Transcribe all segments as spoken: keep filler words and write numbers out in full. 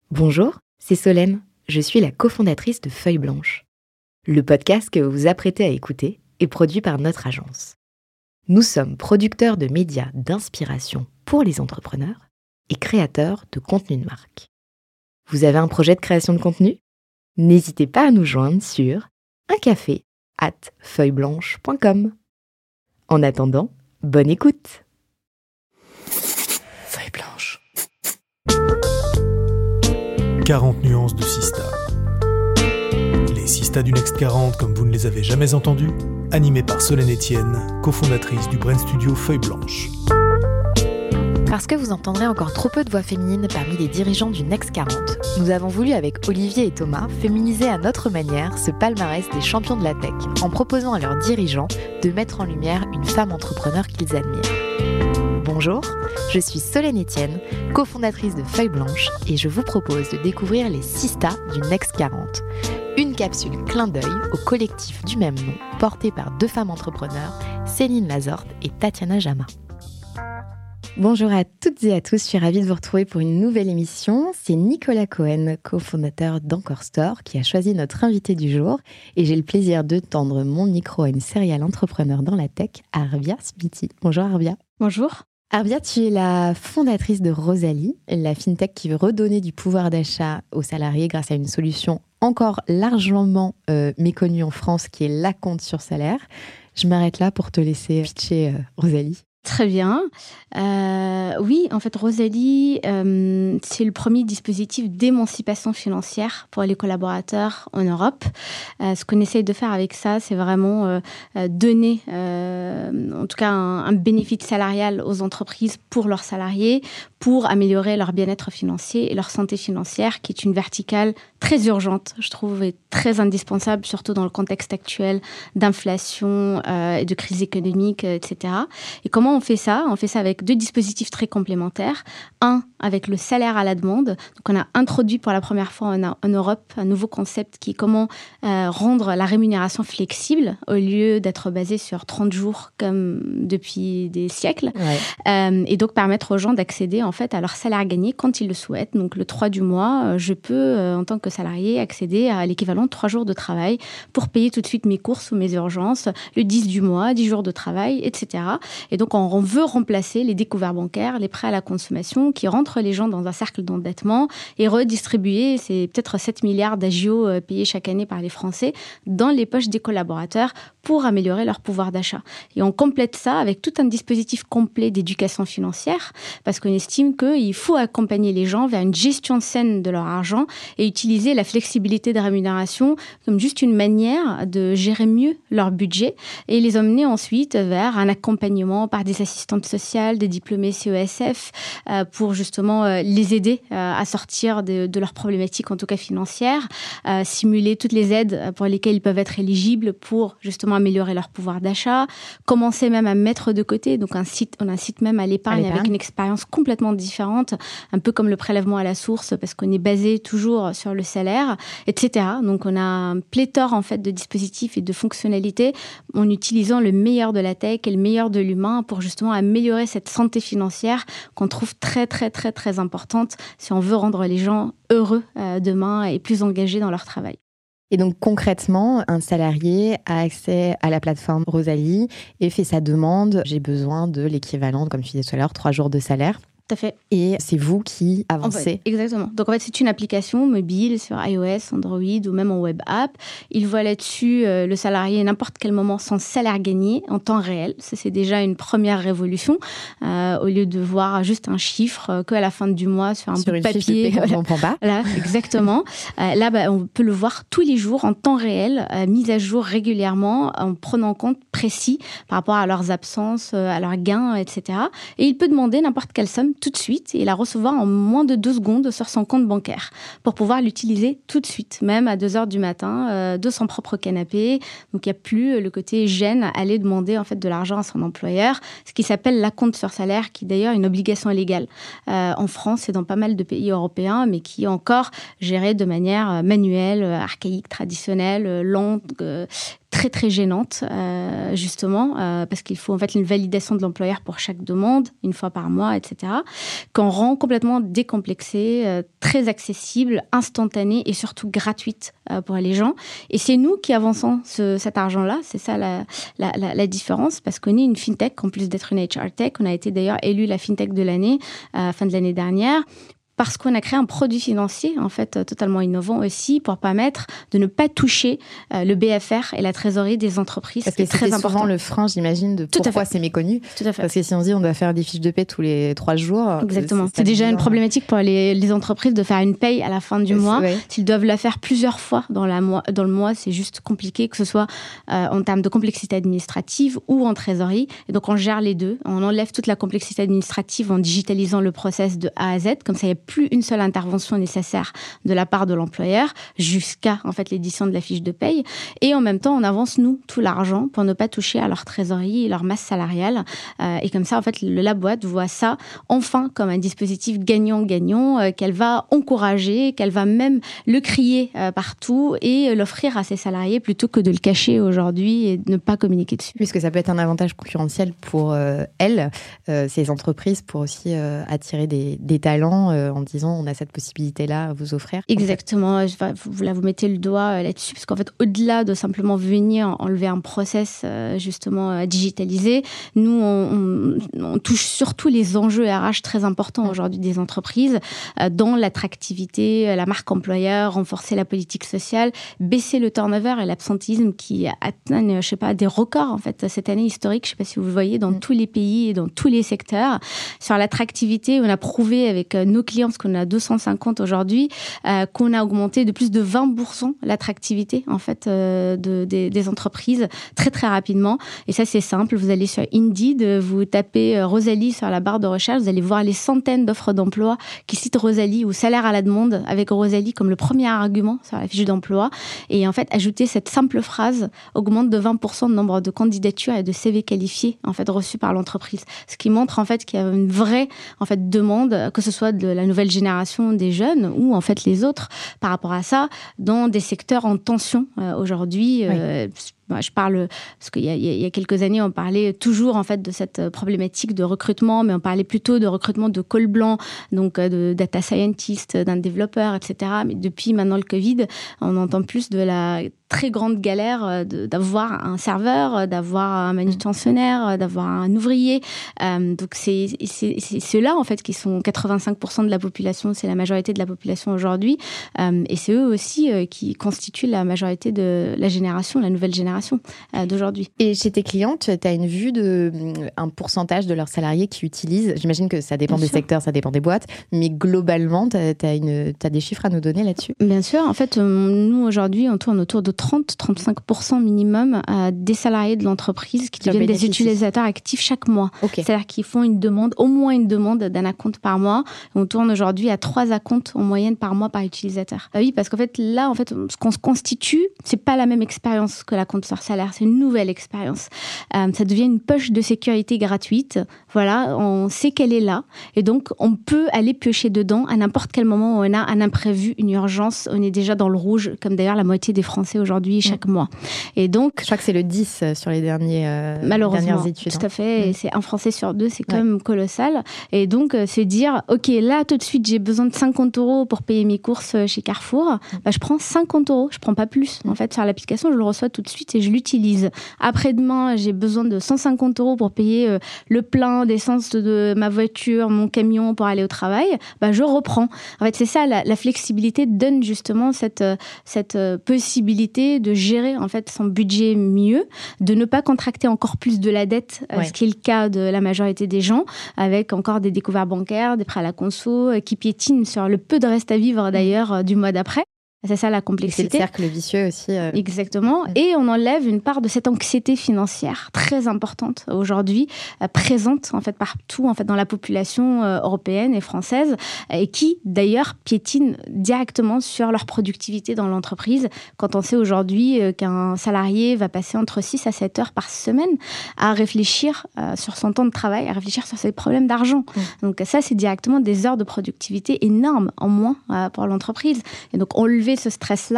Bonjour, c'est Solène. Je suis la cofondatrice de Feuille Blanche. Le podcast que vous vous apprêtez à écouter est produit par notre agence. Nous sommes producteurs de médias d'inspiration pour les entrepreneurs et créateurs de contenu de marque. Vous avez un projet de création de contenu ? N'hésitez pas à nous joindre sur un café arobase feuille blanche point com. En attendant, bonne écoute. Feuille Blanche. quarante nuances de Sista. Les Sista du Next quarante comme vous ne les avez jamais entendus, animés par Solène Etienne, cofondatrice du brand studio Feuille Blanche. Parce que vous entendrez encore trop peu de voix féminines parmi les dirigeants du Next quarante, nous avons voulu avec Olivier et Thomas féminiser à notre manière ce palmarès des champions de la tech en proposant à leurs dirigeants de mettre en lumière une femme entrepreneur qu'ils admirent. Bonjour, je suis Solène Etienne, cofondatrice de Feuille Blanche et je vous propose de découvrir les Sista du Next quarante. Une capsule clin d'œil au collectif du même nom porté par deux femmes entrepreneurs, Céline Lazorte et Tatiana Jama. Bonjour à toutes et à tous, je suis ravie de vous retrouver pour une nouvelle émission. C'est Nicolas Cohen, cofondateur d'Encore Store, qui a choisi notre invité du jour. Et j'ai le plaisir de tendre mon micro à une serial entrepreneur dans la tech, Arbia Smiti. Bonjour Arbia. Bonjour. Arbia, tu es la fondatrice de Rosalie, la fintech qui veut redonner du pouvoir d'achat aux salariés grâce à une solution encore largement euh, méconnue en France, qui est l'acompte sur salaire. Je m'arrête là pour te laisser pitcher euh, Rosalie. Très bien. Euh, oui, en fait, Rosalie, euh, c'est le premier dispositif d'émancipation financière pour les collaborateurs en Europe. Euh, ce qu'on essaye de faire avec ça, c'est vraiment euh, donner, euh, en tout cas, un, un bénéfice salarial aux entreprises pour leurs salariés, pour améliorer leur bien-être financier et leur santé financière, qui est une verticale très urgente, je trouve, et très indispensable, surtout dans le contexte actuel d'inflation euh, et de crise économique, et cetera. Et comment on fait ça ? On fait ça avec deux dispositifs très complémentaires. Un, avec le salaire à la demande. Donc, on a introduit pour la première fois en, en Europe un nouveau concept qui est comment euh, rendre la rémunération flexible au lieu d'être basée sur trente jours comme depuis des siècles. Ouais. Euh, et donc, permettre aux gens d'accéder en fait à leur salaire gagné quand ils le souhaitent. Donc, le trois du mois, je peux, euh, en tant que salarié, accéder à l'équivalent de trois jours de travail pour payer tout de suite mes courses ou mes urgences. Le dix du mois, dix jours de travail, et cetera. Et donc, on veut remplacer les découverts bancaires, les prêts à la consommation qui rentrent les gens dans un cercle d'endettement et redistribuer, c'est peut-être sept milliards d'agios payés chaque année par les Français dans les poches des collaborateurs pour améliorer leur pouvoir d'achat. Et on complète ça avec tout un dispositif complet d'éducation financière parce qu'on estime qu'il faut accompagner les gens vers une gestion saine de leur argent et utiliser la flexibilité de rémunération comme juste une manière de gérer mieux leur budget et les emmener ensuite vers un accompagnement par des assistantes sociales, des diplômés C E S F euh, pour justement euh, les aider euh, à sortir de, de leurs problématiques, en tout cas financières, euh, simuler toutes les aides pour lesquelles ils peuvent être éligibles pour justement améliorer leur pouvoir d'achat, commencer même à mettre de côté, donc un site, on a un site même à l'épargne, à l'épargne avec une expérience complètement différente, un peu comme le prélèvement à la source parce qu'on est basé toujours sur le salaire, et cetera. Donc on a un pléthore en fait de dispositifs et de fonctionnalités en utilisant le meilleur de la tech et le meilleur de l'humain pour justement améliorer cette santé financière qu'on trouve très, très, très, très importante si on veut rendre les gens heureux euh, demain et plus engagés dans leur travail. Et donc concrètement, un salarié a accès à la plateforme Rosalie et fait sa demande. J'ai besoin de l'équivalent, comme tu disais tout à l'heure, trois jours de salaire. Tout à fait. Et c'est vous qui avancez. En fait, exactement. Donc, en fait, c'est une application mobile sur iOS, Android ou même en web app. Il voit là-dessus euh, le salarié à n'importe quel moment son salaire gagné en temps réel. Ça, c'est déjà une première révolution. Euh, au lieu de voir juste un chiffre euh, qu'à la fin du mois sur un sur bout de papier. Sur une fiche de paie qu'on ne comprend pas. Là, exactement. euh, là, bah, on peut le voir tous les jours en temps réel, euh, mis à jour régulièrement, en prenant en compte précis par rapport à leurs absences, euh, à leurs gains, et cetera. Et il peut demander n'importe quelle somme tout de suite et la recevoir en moins de deux secondes sur son compte bancaire pour pouvoir l'utiliser tout de suite, même à deux heures du matin, euh, de son propre canapé. Donc, il n'y a plus le côté gêne à aller demander en fait, de l'argent à son employeur, ce qui s'appelle l'acompte sur salaire, qui est d'ailleurs une obligation légale euh, en France et dans pas mal de pays européens, mais qui est encore gérée de manière manuelle, archaïque, traditionnelle, lente, euh, très très gênante, euh, justement, euh, parce qu'il faut en fait une validation de l'employeur pour chaque demande, une fois par mois, et cetera, qu'on rend complètement décomplexée, euh, très accessible, instantanée et surtout gratuite euh, pour les gens. Et c'est nous qui avançons ce, cet argent-là, c'est ça la, la, la, la différence, parce qu'on est une fintech, en plus d'être une H R tech. On a été d'ailleurs élu la fintech de l'année, euh, fin de l'année dernière, parce qu'on a créé un produit financier, en fait, totalement innovant aussi, pour permettre de ne pas toucher euh, le B F R et la trésorerie des entreprises. Parce que c'est très important. Souvent le frein, j'imagine, de Tout pourquoi c'est méconnu. Tout à fait. Parce que si on se dit on doit faire des fiches de paie tous les trois jours... Exactement. C'est, c'est déjà une problématique pour les, les entreprises de faire une paye à la fin du mois. Ouais. S'ils doivent la faire plusieurs fois dans, la mois, dans le mois, c'est juste compliqué, que ce soit euh, en termes de complexité administrative ou en trésorerie. Et donc, on gère les deux. On enlève toute la complexité administrative en digitalisant le process de A à Z. Comme ça, il n'y a plus une seule intervention nécessaire de la part de l'employeur jusqu'à en fait l'édition de la fiche de paye. Et en même temps, on avance nous tout l'argent pour ne pas toucher à leur trésorerie et leur masse salariale. Euh, et comme ça, en fait, le, la boîte voit ça enfin comme un dispositif gagnant-gagnant euh, qu'elle va encourager, qu'elle va même le crier euh, partout et l'offrir à ses salariés plutôt que de le cacher aujourd'hui et de ne pas communiquer dessus. Puisque ça peut être un avantage concurrentiel pour euh, elles, euh, ces entreprises, pour aussi euh, attirer des, des talents euh, en disant on a cette possibilité-là à vous offrir. Exactement. Vous, là, vous mettez le doigt là-dessus, parce qu'en fait, au-delà de simplement venir enlever un process justement à digitaliser, nous, on, on, on touche surtout les enjeux R H très importants aujourd'hui des entreprises, dans l'attractivité, la marque employeur, renforcer la politique sociale, baisser le turnover et l'absentéisme qui atteignent, je sais pas, des records en fait cette année historique. Je sais pas si vous le voyez dans mmh. tous les pays et dans tous les secteurs. Sur l'attractivité, on a prouvé avec nos clients, parce qu'on a deux cent cinquante aujourd'hui, euh, qu'on a augmenté de plus de vingt pour cent l'attractivité en fait euh, de, des, des entreprises très très rapidement. Et ça c'est simple, vous allez sur Indeed, vous tapez Rosalie sur la barre de recherche, vous allez voir les centaines d'offres d'emploi qui citent Rosalie ou salaire à la demande avec Rosalie comme le premier argument sur la fiche d'emploi. Et en fait, ajouter cette simple phrase augmente de vingt pour cent le nombre de candidatures et de C V qualifiés en fait reçus par l'entreprise. Ce qui montre en fait qu'il y a une vraie en fait demande, que ce soit de la nouvelle génération des jeunes ou en fait les autres par rapport à ça dans des secteurs en tension euh, aujourd'hui. Euh, oui. Je parle, parce qu'il y a, il y a quelques années, on parlait toujours en fait de cette problématique de recrutement, mais on parlait plutôt de recrutement de col blanc, donc de data scientist, d'un développeur, et cetera. Mais depuis maintenant le Covid, on entend plus de la très grande galère de, d'avoir un serveur, d'avoir un manutentionnaire, d'avoir un ouvrier. Euh, donc c'est, c'est, c'est ceux-là en fait qui sont quatre-vingt-cinq pour cent de la population, c'est la majorité de la population aujourd'hui, euh, et c'est eux aussi euh, qui constituent la majorité de la génération, la nouvelle génération euh, d'aujourd'hui. Et chez tes clientes, tu as une vue de un pourcentage de leurs salariés qui utilisent, j'imagine que ça dépend Bien des sûr. secteurs, ça dépend des boîtes, mais globalement, tu as des chiffres à nous donner là-dessus? Bien sûr, en fait, nous aujourd'hui, on tourne autour de trente à trente-cinq pour cent minimum euh, des salariés de l'entreprise qui deviennent des utilisateurs actifs chaque mois. Okay. C'est-à-dire qu'ils font une demande, au moins une demande d'un acompte par mois. On tourne aujourd'hui à trois acomptes en moyenne par mois par utilisateur. Euh, oui, parce qu'en fait, là, en fait, ce qu'on se constitue, c'est pas la même expérience que l'acompte sur salaire, c'est une nouvelle expérience. Euh, ça devient une poche de sécurité gratuite. Voilà, on sait qu'elle est là. Et donc, on peut aller piocher dedans à n'importe quel moment où on a un imprévu, une urgence. On est déjà dans le rouge, comme d'ailleurs la moitié des Français aujourd'hui, chaque mmh. mois. Et donc, je crois que c'est le dix sur les derniers, euh, malheureusement, dernières études. Tout à fait. Mmh. Et c'est un Français sur deux, c'est quand ouais. même colossal. Et donc, euh, se dire, OK, là, tout de suite, j'ai besoin de cinquante euros pour payer mes courses chez Carrefour. Mmh. Bah, je prends cinquante euros. Je prends pas plus. Mmh. En fait, sur l'application, je le reçois tout de suite et je l'utilise. Après-demain, j'ai besoin de cent cinquante euros pour payer euh, le plein d'essence de ma voiture, mon camion pour aller au travail. Bah, je reprends. En fait, c'est ça, la, la flexibilité donne justement cette, cette possibilité de gérer en fait son budget mieux, de ne pas contracter encore plus de la dette, ouais. ce qui est le cas de la majorité des gens, avec encore des découvertes bancaires, des prêts à la conso, qui piétinent sur le peu de reste à vivre d'ailleurs du mois d'après. C'est ça la complexité. C'est le cercle vicieux aussi. Euh... Exactement. Mmh. Et on enlève une part de cette anxiété financière très importante aujourd'hui, euh, présente en fait partout en fait dans la population euh, européenne et française, et qui d'ailleurs piétine directement sur leur productivité dans l'entreprise. Quand on sait aujourd'hui euh, qu'un salarié va passer entre six à sept heures par semaine à réfléchir euh, sur son temps de travail, à réfléchir sur ses problèmes d'argent. Mmh. Donc ça, c'est directement des heures de productivité énormes en moins euh, pour l'entreprise. Et donc enlever ce stress-là,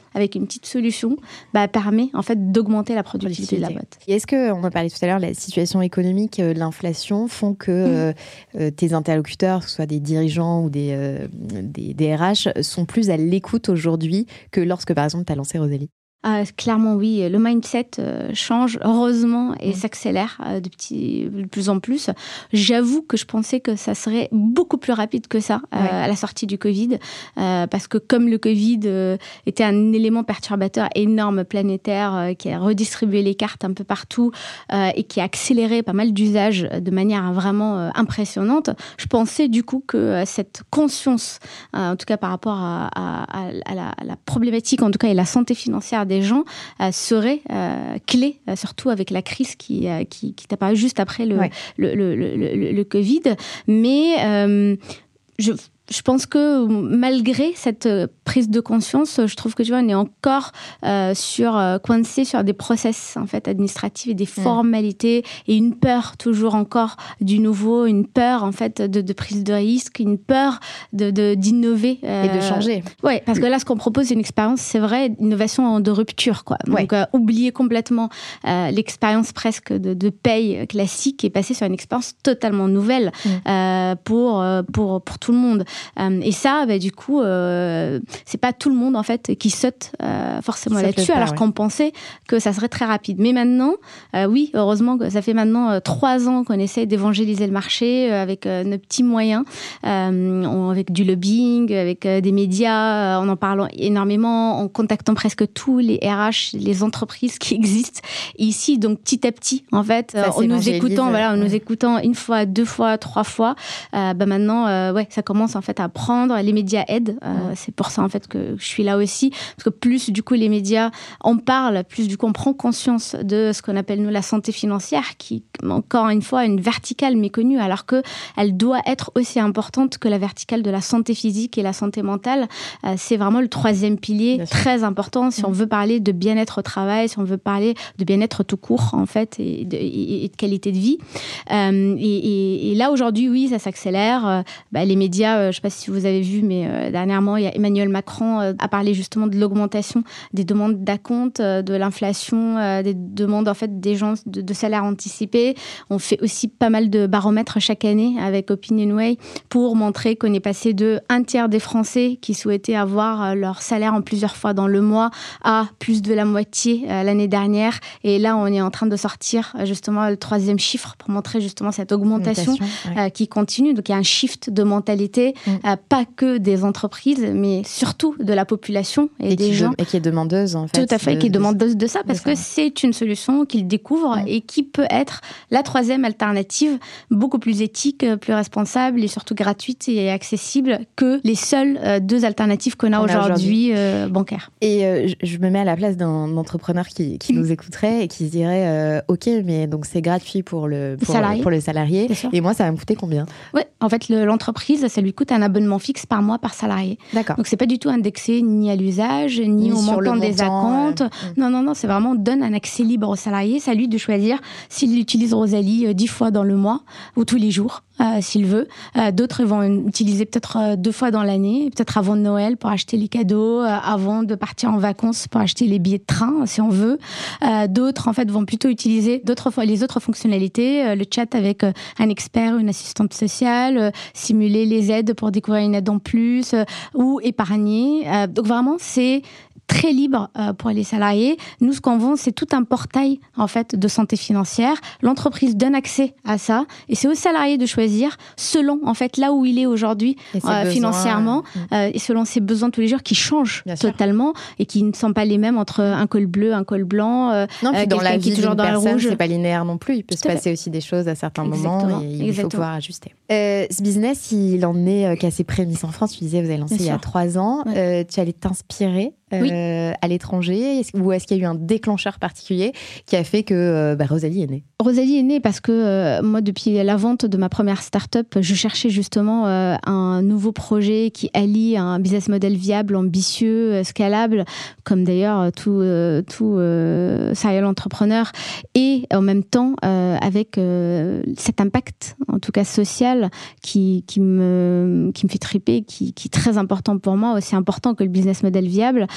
avec une petite solution, bah, permet en fait d'augmenter la productivité de la boîte. Et est-ce que, on en parlait tout à l'heure, la situation économique, euh, l'inflation font que euh, euh, tes interlocuteurs, que ce soit des dirigeants ou des, euh, des, des R H, sont plus à l'écoute aujourd'hui que lorsque, par exemple, tu as lancé Rosalie? Euh, clairement, oui. Le mindset euh, change, heureusement, et mmh. s'accélère euh, de, petit, de plus en plus. J'avoue que je pensais que ça serait beaucoup plus rapide que ça euh, ouais. à la sortie du Covid, euh, parce que comme le Covid euh, était un élément perturbateur énorme, planétaire, euh, qui a redistribué les cartes un peu partout euh, et qui a accéléré pas mal d'usages de manière vraiment euh, impressionnante, je pensais du coup que euh, cette conscience, euh, en tout cas par rapport à, à, à, la, à la problématique, en tout cas, et la santé financière des gens euh, serait euh, clé, euh, surtout avec la crise qui, euh, qui, qui est apparue juste après le, ouais. le, le, le, le, le Covid. Mais euh, je... Je pense que malgré cette prise de conscience, je trouve que tu vois, on est encore euh, sur euh, coincé sur des process en fait administratifs et des formalités mmh. et une peur toujours encore du nouveau, une peur en fait de, de prise de risque, une peur de, de d'innover euh, et de changer. Ouais, parce que là, ce qu'on propose, c'est une expérience, c'est vrai, innovation de rupture, quoi. Ouais. Donc, euh, oublier complètement euh, l'expérience presque de, de paye classique et passer sur une expérience totalement nouvelle mmh. euh, pour pour pour tout le monde. Euh, et ça, bah, du coup, euh, c'est pas tout le monde en fait qui saute euh, forcément ça là-dessus, pas, alors ouais. qu'on pensait que ça serait très rapide. Mais maintenant, euh, oui, heureusement que ça fait maintenant euh, trois ans qu'on essaie d'évangéliser le marché euh, avec euh, nos petits moyens, euh, on, avec du lobbying, avec euh, des médias, euh, en en parlant énormément, en contactant presque tous les R H, les entreprises qui existent ici. Donc petit à petit, en fait, euh, en nous écoutant, voilà, en ouais. nous écoutant une fois, deux fois, trois fois, euh, bah maintenant, euh, ouais, ça commence en fait à prendre. Les médias aident. Euh, mmh. C'est pour ça en fait que je suis là aussi, parce que plus du coup les médias en parlent, plus du coup on prend conscience de ce qu'on appelle nous la santé financière, qui encore une fois une verticale méconnue, alors que elle doit être aussi importante que la verticale de la santé physique et la santé mentale. Euh, c'est vraiment le troisième pilier Bien très sûr. important si mmh. on veut parler de bien-être au travail, si on veut parler de bien-être tout court en fait et de, et, et de qualité de vie. Euh, et, et, et là aujourd'hui, oui, ça s'accélère. Euh, bah, les médias, euh, je sais pas si vous avez vu, mais euh, dernièrement, il y a Emmanuel Macron euh, a parlé justement de l'augmentation des demandes d'acompte, euh, de l'inflation, euh, des demandes en fait des gens de, de salaires anticipés. On fait aussi pas mal de baromètres chaque année avec Opinionway pour montrer qu'on est passé de un tiers des Français qui souhaitaient avoir euh, leur salaire en plusieurs fois dans le mois à plus de la moitié euh, l'année dernière. Et là, on est en train de sortir euh, justement le troisième chiffre pour montrer justement cette augmentation, augmentation ouais. euh, qui continue. Donc il y a un shift de mentalité. Mmh. Euh, pas que des entreprises, mais surtout de la population et, et des gens. De, et qui est demandeuse, en fait. Tout à fait, de, qui est demandeuse de ça, parce de ça. que c'est une solution qu'ils découvrent mmh. et qui peut être la troisième alternative, beaucoup plus éthique, plus responsable et surtout gratuite et accessible que les seules euh, deux alternatives qu'on a, on aujourd'hui, a aujourd'hui euh, bancaires. Et euh, je, je me mets à la place d'un entrepreneur qui, qui mmh. nous écouterait et qui se dirait euh, « Ok, mais donc c'est gratuit pour le, pour, salarié. pour le salarié, et moi, ça va me coûter combien ?» Oui, en fait, le, l'entreprise, ça lui coûte un abonnement fixe par mois par salarié. D'accord. Donc c'est pas du tout indexé ni à l'usage, ni, ni au montant des acomptes. Euh... Non, non, non, c'est vraiment on donne un accès libre au salarié. C'est à lui de choisir s'il utilise Rosalie euh, dix fois dans le mois ou tous les jours. Euh, s'il veut. Euh, d'autres vont utiliser peut-être euh, deux fois dans l'année, peut-être avant Noël pour acheter les cadeaux, euh, avant de partir en vacances pour acheter les billets de train, si on veut. Euh, d'autres, en fait, vont plutôt utiliser d'autres, les autres fonctionnalités, euh, le chat avec euh, un expert, une assistante sociale, euh, simuler les aides pour découvrir une aide en plus, euh, ou épargner. Euh, donc vraiment, c'est très libre euh, pour les salariés. Nous, ce qu'on vend, c'est tout un portail en fait de santé financière. L'entreprise donne accès à ça, et c'est aux salariés de choisir selon en fait là où il est aujourd'hui euh, financièrement euh, et selon ses besoins tous les jours qui changent Bien totalement sûr. Et qui ne sont pas les mêmes entre un col bleu, un col blanc. Euh, non, puis dans la vie d'une personne, c'est pas linéaire non plus. Il peut tout se passer fait. aussi des choses à certains Exactement. moments et il Exactement. faut pouvoir ajuster. Euh, ce business, il en est qu'à ses prémices en France. Tu disais, vous avez lancé Bien il y a sûr. trois ans. Ouais. Euh, tu allais t'inspirer Euh, oui. à l'étranger, ou est-ce qu'il y a eu un déclencheur particulier qui a fait que euh, bah, Rosalie est née? Rosalie est née parce que euh, moi, depuis la vente de ma première start-up, je cherchais justement euh, un nouveau projet qui allie un business model viable, ambitieux, euh, scalable, comme d'ailleurs tout, euh, tout euh, serial entrepreneur, et en même temps euh, avec euh, cet impact, en tout cas social, qui, qui, me, qui me fait triper, qui, qui est très important pour moi, aussi important que le business model viable.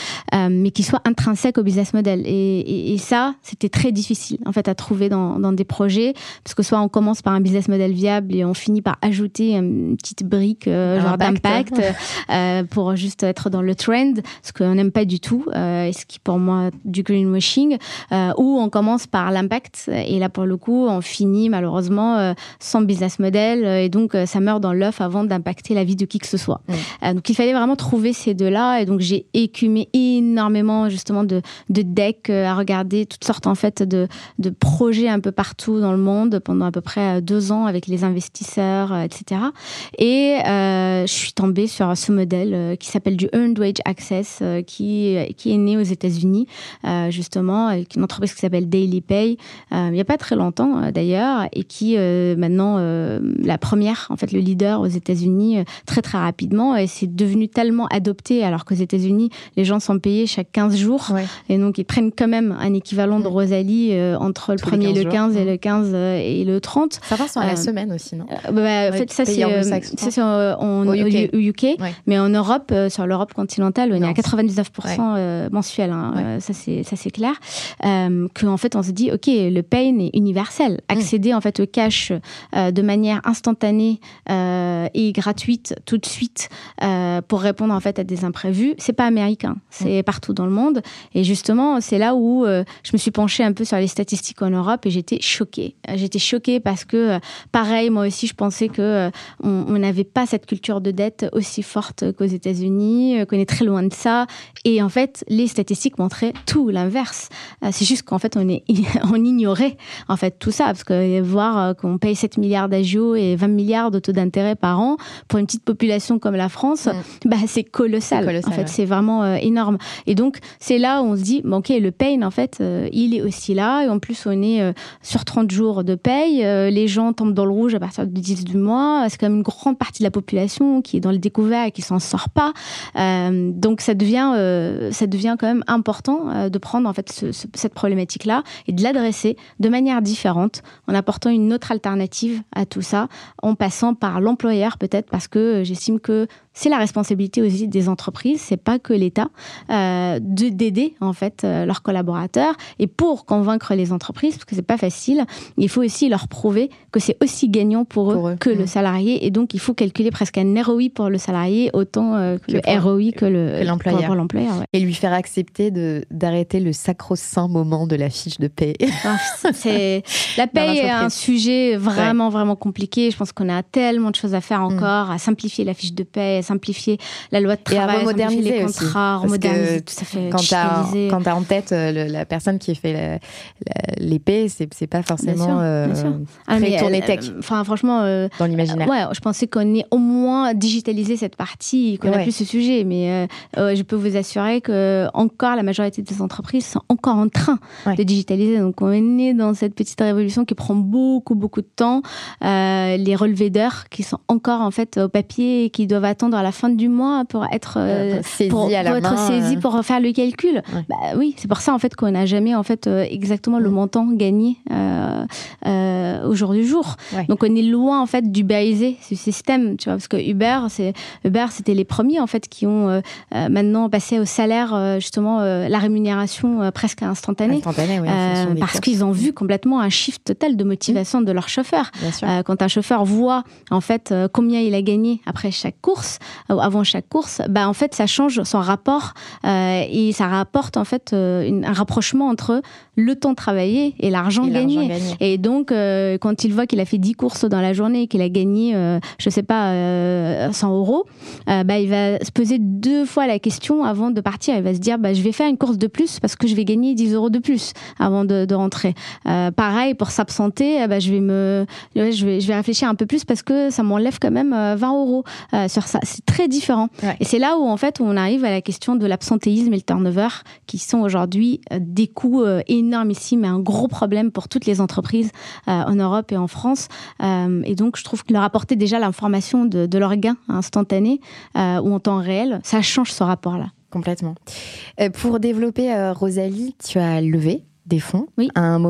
euh, mais qui soit intrinsèque au business model. Et, et, et ça, c'était très difficile en fait à trouver dans, dans des projets, parce que soit on commence par un business model viable et on finit par ajouter une petite brique euh, genre impact. d'impact euh, pour juste être dans le trend, ce qu'on n'aime pas du tout, euh, et ce qui pour moi du greenwashing, euh, ou on commence par l'impact et là pour le coup on finit malheureusement euh, sans business model euh, et donc euh, ça meurt dans l'œuf avant d'impacter la vie de qui que ce soit. Mmh. Euh, donc il fallait vraiment trouver ces deux-là et donc j'ai écumé énormément justement de, de decks euh, à regarder toutes sortes en fait de, de projets un peu partout dans le monde pendant à peu près deux ans avec les investisseurs, euh, et cetera. Et euh, je suis tombée sur ce modèle euh, qui s'appelle du Earned Wage Access euh, qui, qui est né aux États-Unis euh, justement avec une entreprise qui s'appelle Daily Pay euh, il n'y a pas très longtemps euh, d'ailleurs et qui euh, maintenant euh, la première en fait le leader aux États-Unis euh, très très rapidement et c'est devenu tellement adopté alors qu'aux États-Unis les gens sont payés chaque quinze jours ouais. et donc ils prennent quand même un équivalent de Rosalie euh, entre le Tous premier et le quinze jours. et le quinze euh, et le trente. Certains sont à la euh, semaine aussi non euh, bah, ouais, En fait ça c'est, euh, ça, c'est euh, on, au U K, au U K ouais. mais en Europe euh, sur l'Europe continentale on non, est à quatre-vingt-dix-neuf pour cent ouais. euh, mensuel hein, ouais. euh, ça c'est ça c'est clair euh, qu'en fait on se dit ok le pain est universel accéder mmh. en fait au cash euh, de manière instantanée euh, et gratuite tout de suite euh, pour répondre en fait à des imprévus c'est pas américain c'est mmh. partout dans le monde et justement c'est là où euh, je me suis penchée un peu sur les statistiques en Europe et j'étais choquée j'étais choquée parce que euh, pareil moi aussi je pensais que euh, on n'avait pas cette culture de dette aussi forte qu'aux États-Unis euh, qu'on est très loin de ça et en fait les statistiques montraient tout l'inverse euh, c'est juste qu'en fait on est on ignorait en fait tout ça parce que voir euh, qu'on paye sept milliards d'agio et vingt milliards de taux d'intérêt par an pour une petite population comme la France mmh. bah c'est colossal, c'est colossal en fait ouais. c'est vraiment euh, énorme et donc c'est là où on se dit bon, ok le pain en fait euh, il est aussi là et en plus on est euh, sur trente jours de paye euh, les gens tombent dans le rouge à partir du dix du mois c'est quand même une grande partie de la population qui est dans le découvert et qui s'en sort pas euh, donc ça devient euh, ça devient quand même important euh, de prendre en fait ce, ce, cette problématique là et de l'adresser de manière différente en apportant une autre alternative à tout ça en passant par l'employeur peut-être parce que j'estime que c'est la responsabilité aussi des entreprises, c'est pas que l'État, euh, de, d'aider en fait euh, leurs collaborateurs. Et pour convaincre les entreprises, parce que c'est pas facile, il faut aussi leur prouver que c'est aussi gagnant pour eux, pour eux. que mmh. le salarié. Et donc il faut calculer presque un R O I pour le salarié autant euh, que, que le pour, R O I que, le, que l'employeur. Pour, pour l'employeur ouais. Et lui faire accepter de, d'arrêter le sacro-saint moment de la fiche de paie. Ah, c'est, la paie est un sujet vraiment ouais. vraiment compliqué. Je pense qu'on a tellement de choses à faire encore, mmh. à simplifier la fiche de paie, simplifier la loi de travail, et à remoderniser les contrats, aussi, remoderniser tout ça fait quand t'as, quand t'as en tête le, la personne qui fait la, la, l'épée, c'est, c'est pas forcément bien sûr, euh, bien sûr. Ah, très tourné tech. Enfin euh, franchement, euh, dans l'imaginaire. Ouais, je pensais qu'on ait au moins digitalisé cette partie, qu'on ouais. a plus ce sujet, mais euh, euh, je peux vous assurer que encore la majorité des entreprises sont encore en train ouais. de digitaliser. Donc on est dans cette petite révolution qui prend beaucoup beaucoup de temps. Euh, les relevés d'heures qui sont encore en fait au papier et qui doivent attendre à la fin du mois pour être euh, saisis pour, à la pour main, être saisi euh... pour faire le calcul. Ouais. Bah oui, c'est pour ça en fait qu'on n'a jamais en fait euh, exactement ouais. le montant gagné euh, euh, au jour du jour. Ouais. Donc on est loin en fait d'ubériser ce système, tu vois, parce que Uber, c'est Uber, c'était les premiers en fait qui ont euh, euh, maintenant passé au salaire euh, justement euh, la rémunération euh, presque instantanée, instantanée oui, euh, parce courses. qu'ils ont vu complètement un shift total de motivation mmh. de leur chauffeur. Euh, quand un chauffeur voit en fait euh, combien il a gagné après chaque course, euh, avant chaque course, bah en fait ça change son rapport euh, et ça rapporte en fait euh, une, un rapprochement entre le temps travaillé et l'argent, et gagné. l'argent gagné. Et donc euh, quand il voit qu'il a fait dix courses dans la journée et qu'il a gagné, euh, je sais pas, euh, cent euros, euh, bah il va se poser deux fois la question avant de partir. Il va se dire, bah je vais faire une course de plus parce que je vais gagner dix euros de plus avant de, de rentrer. Euh, pareil pour s'absenter, bah je vais me, je vais, je vais réfléchir un peu plus parce que ça m'enlève quand même vingt euros euh, sur ça. C'est très différent. Ouais. Et c'est là où en fait on arrive à la question de l'absentéisme et le turnover qui sont aujourd'hui euh, des coûts euh, énormissimes et un gros problème pour toutes les entreprises euh, en Europe et en France. Euh, et donc je trouve que leur apporter déjà l'information de, de leur gain instantané euh, ou en temps réel, ça change ce rapport-là. Complètement. Euh, pour développer euh, Rosalie, tu as levé des fonds oui. à un moment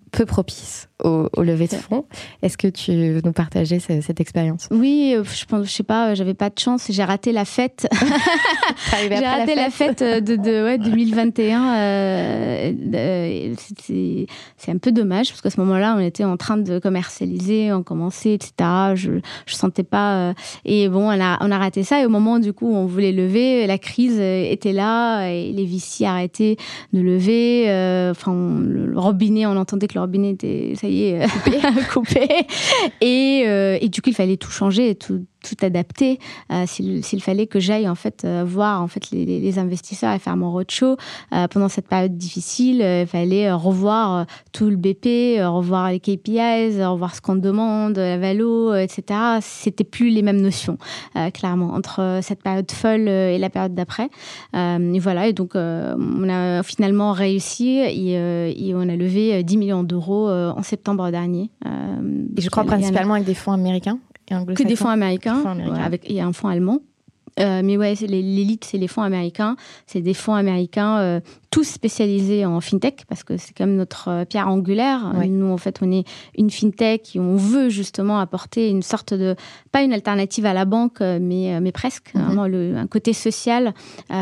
peu propice au, au levée de fonds. Est-ce que tu veux nous partager ce, cette expérience ? Oui, je pense, je sais pas, j'avais pas de chance. J'ai raté la fête. J'ai raté la fête, la fête de, de ouais, deux mille vingt et un. Euh, euh, c'est, c'est un peu dommage parce qu'à ce moment-là, on était en train de commercialiser, on commençait, et cetera. Je, je sentais pas. Euh, et bon, on a, on a raté ça. Et au moment du coup, où on voulait lever, la crise était là et les V C arrêtaient de lever. Euh, enfin, on, le robinet, on entendait que le robinet était, ça y est, coupé. coupé. Et, euh, et du coup, il fallait tout changer, tout, tout adapter. Euh, s'il, s'il fallait que j'aille en fait euh, voir en fait les, les investisseurs et faire mon roadshow euh, pendant cette période difficile, euh, il fallait euh, revoir euh, tout le B P, euh, revoir les K P Is, euh, revoir ce qu'on demande, la valo, euh, et cetera. C'était plus les mêmes notions, euh, clairement, entre euh, cette période folle euh, et la période d'après. Euh, et voilà. Et donc, euh, on a finalement réussi et, euh, et on a levé dix millions d'euros euh, en septembre dernier. Euh, et je crois principalement avec des fonds américains. Que des fonds américains, fonds américains. Ouais, avec, et un fonds allemand. Euh, mais ouais, c'est les, l'élite, c'est les fonds américains. C'est des fonds américains euh, tous spécialisés en fintech parce que c'est comme notre euh, pierre angulaire. Ouais. Nous, en fait, on est une fintech et on veut justement apporter une sorte de, pas une alternative à la banque, mais, mais presque, mm-hmm. vraiment le, un côté social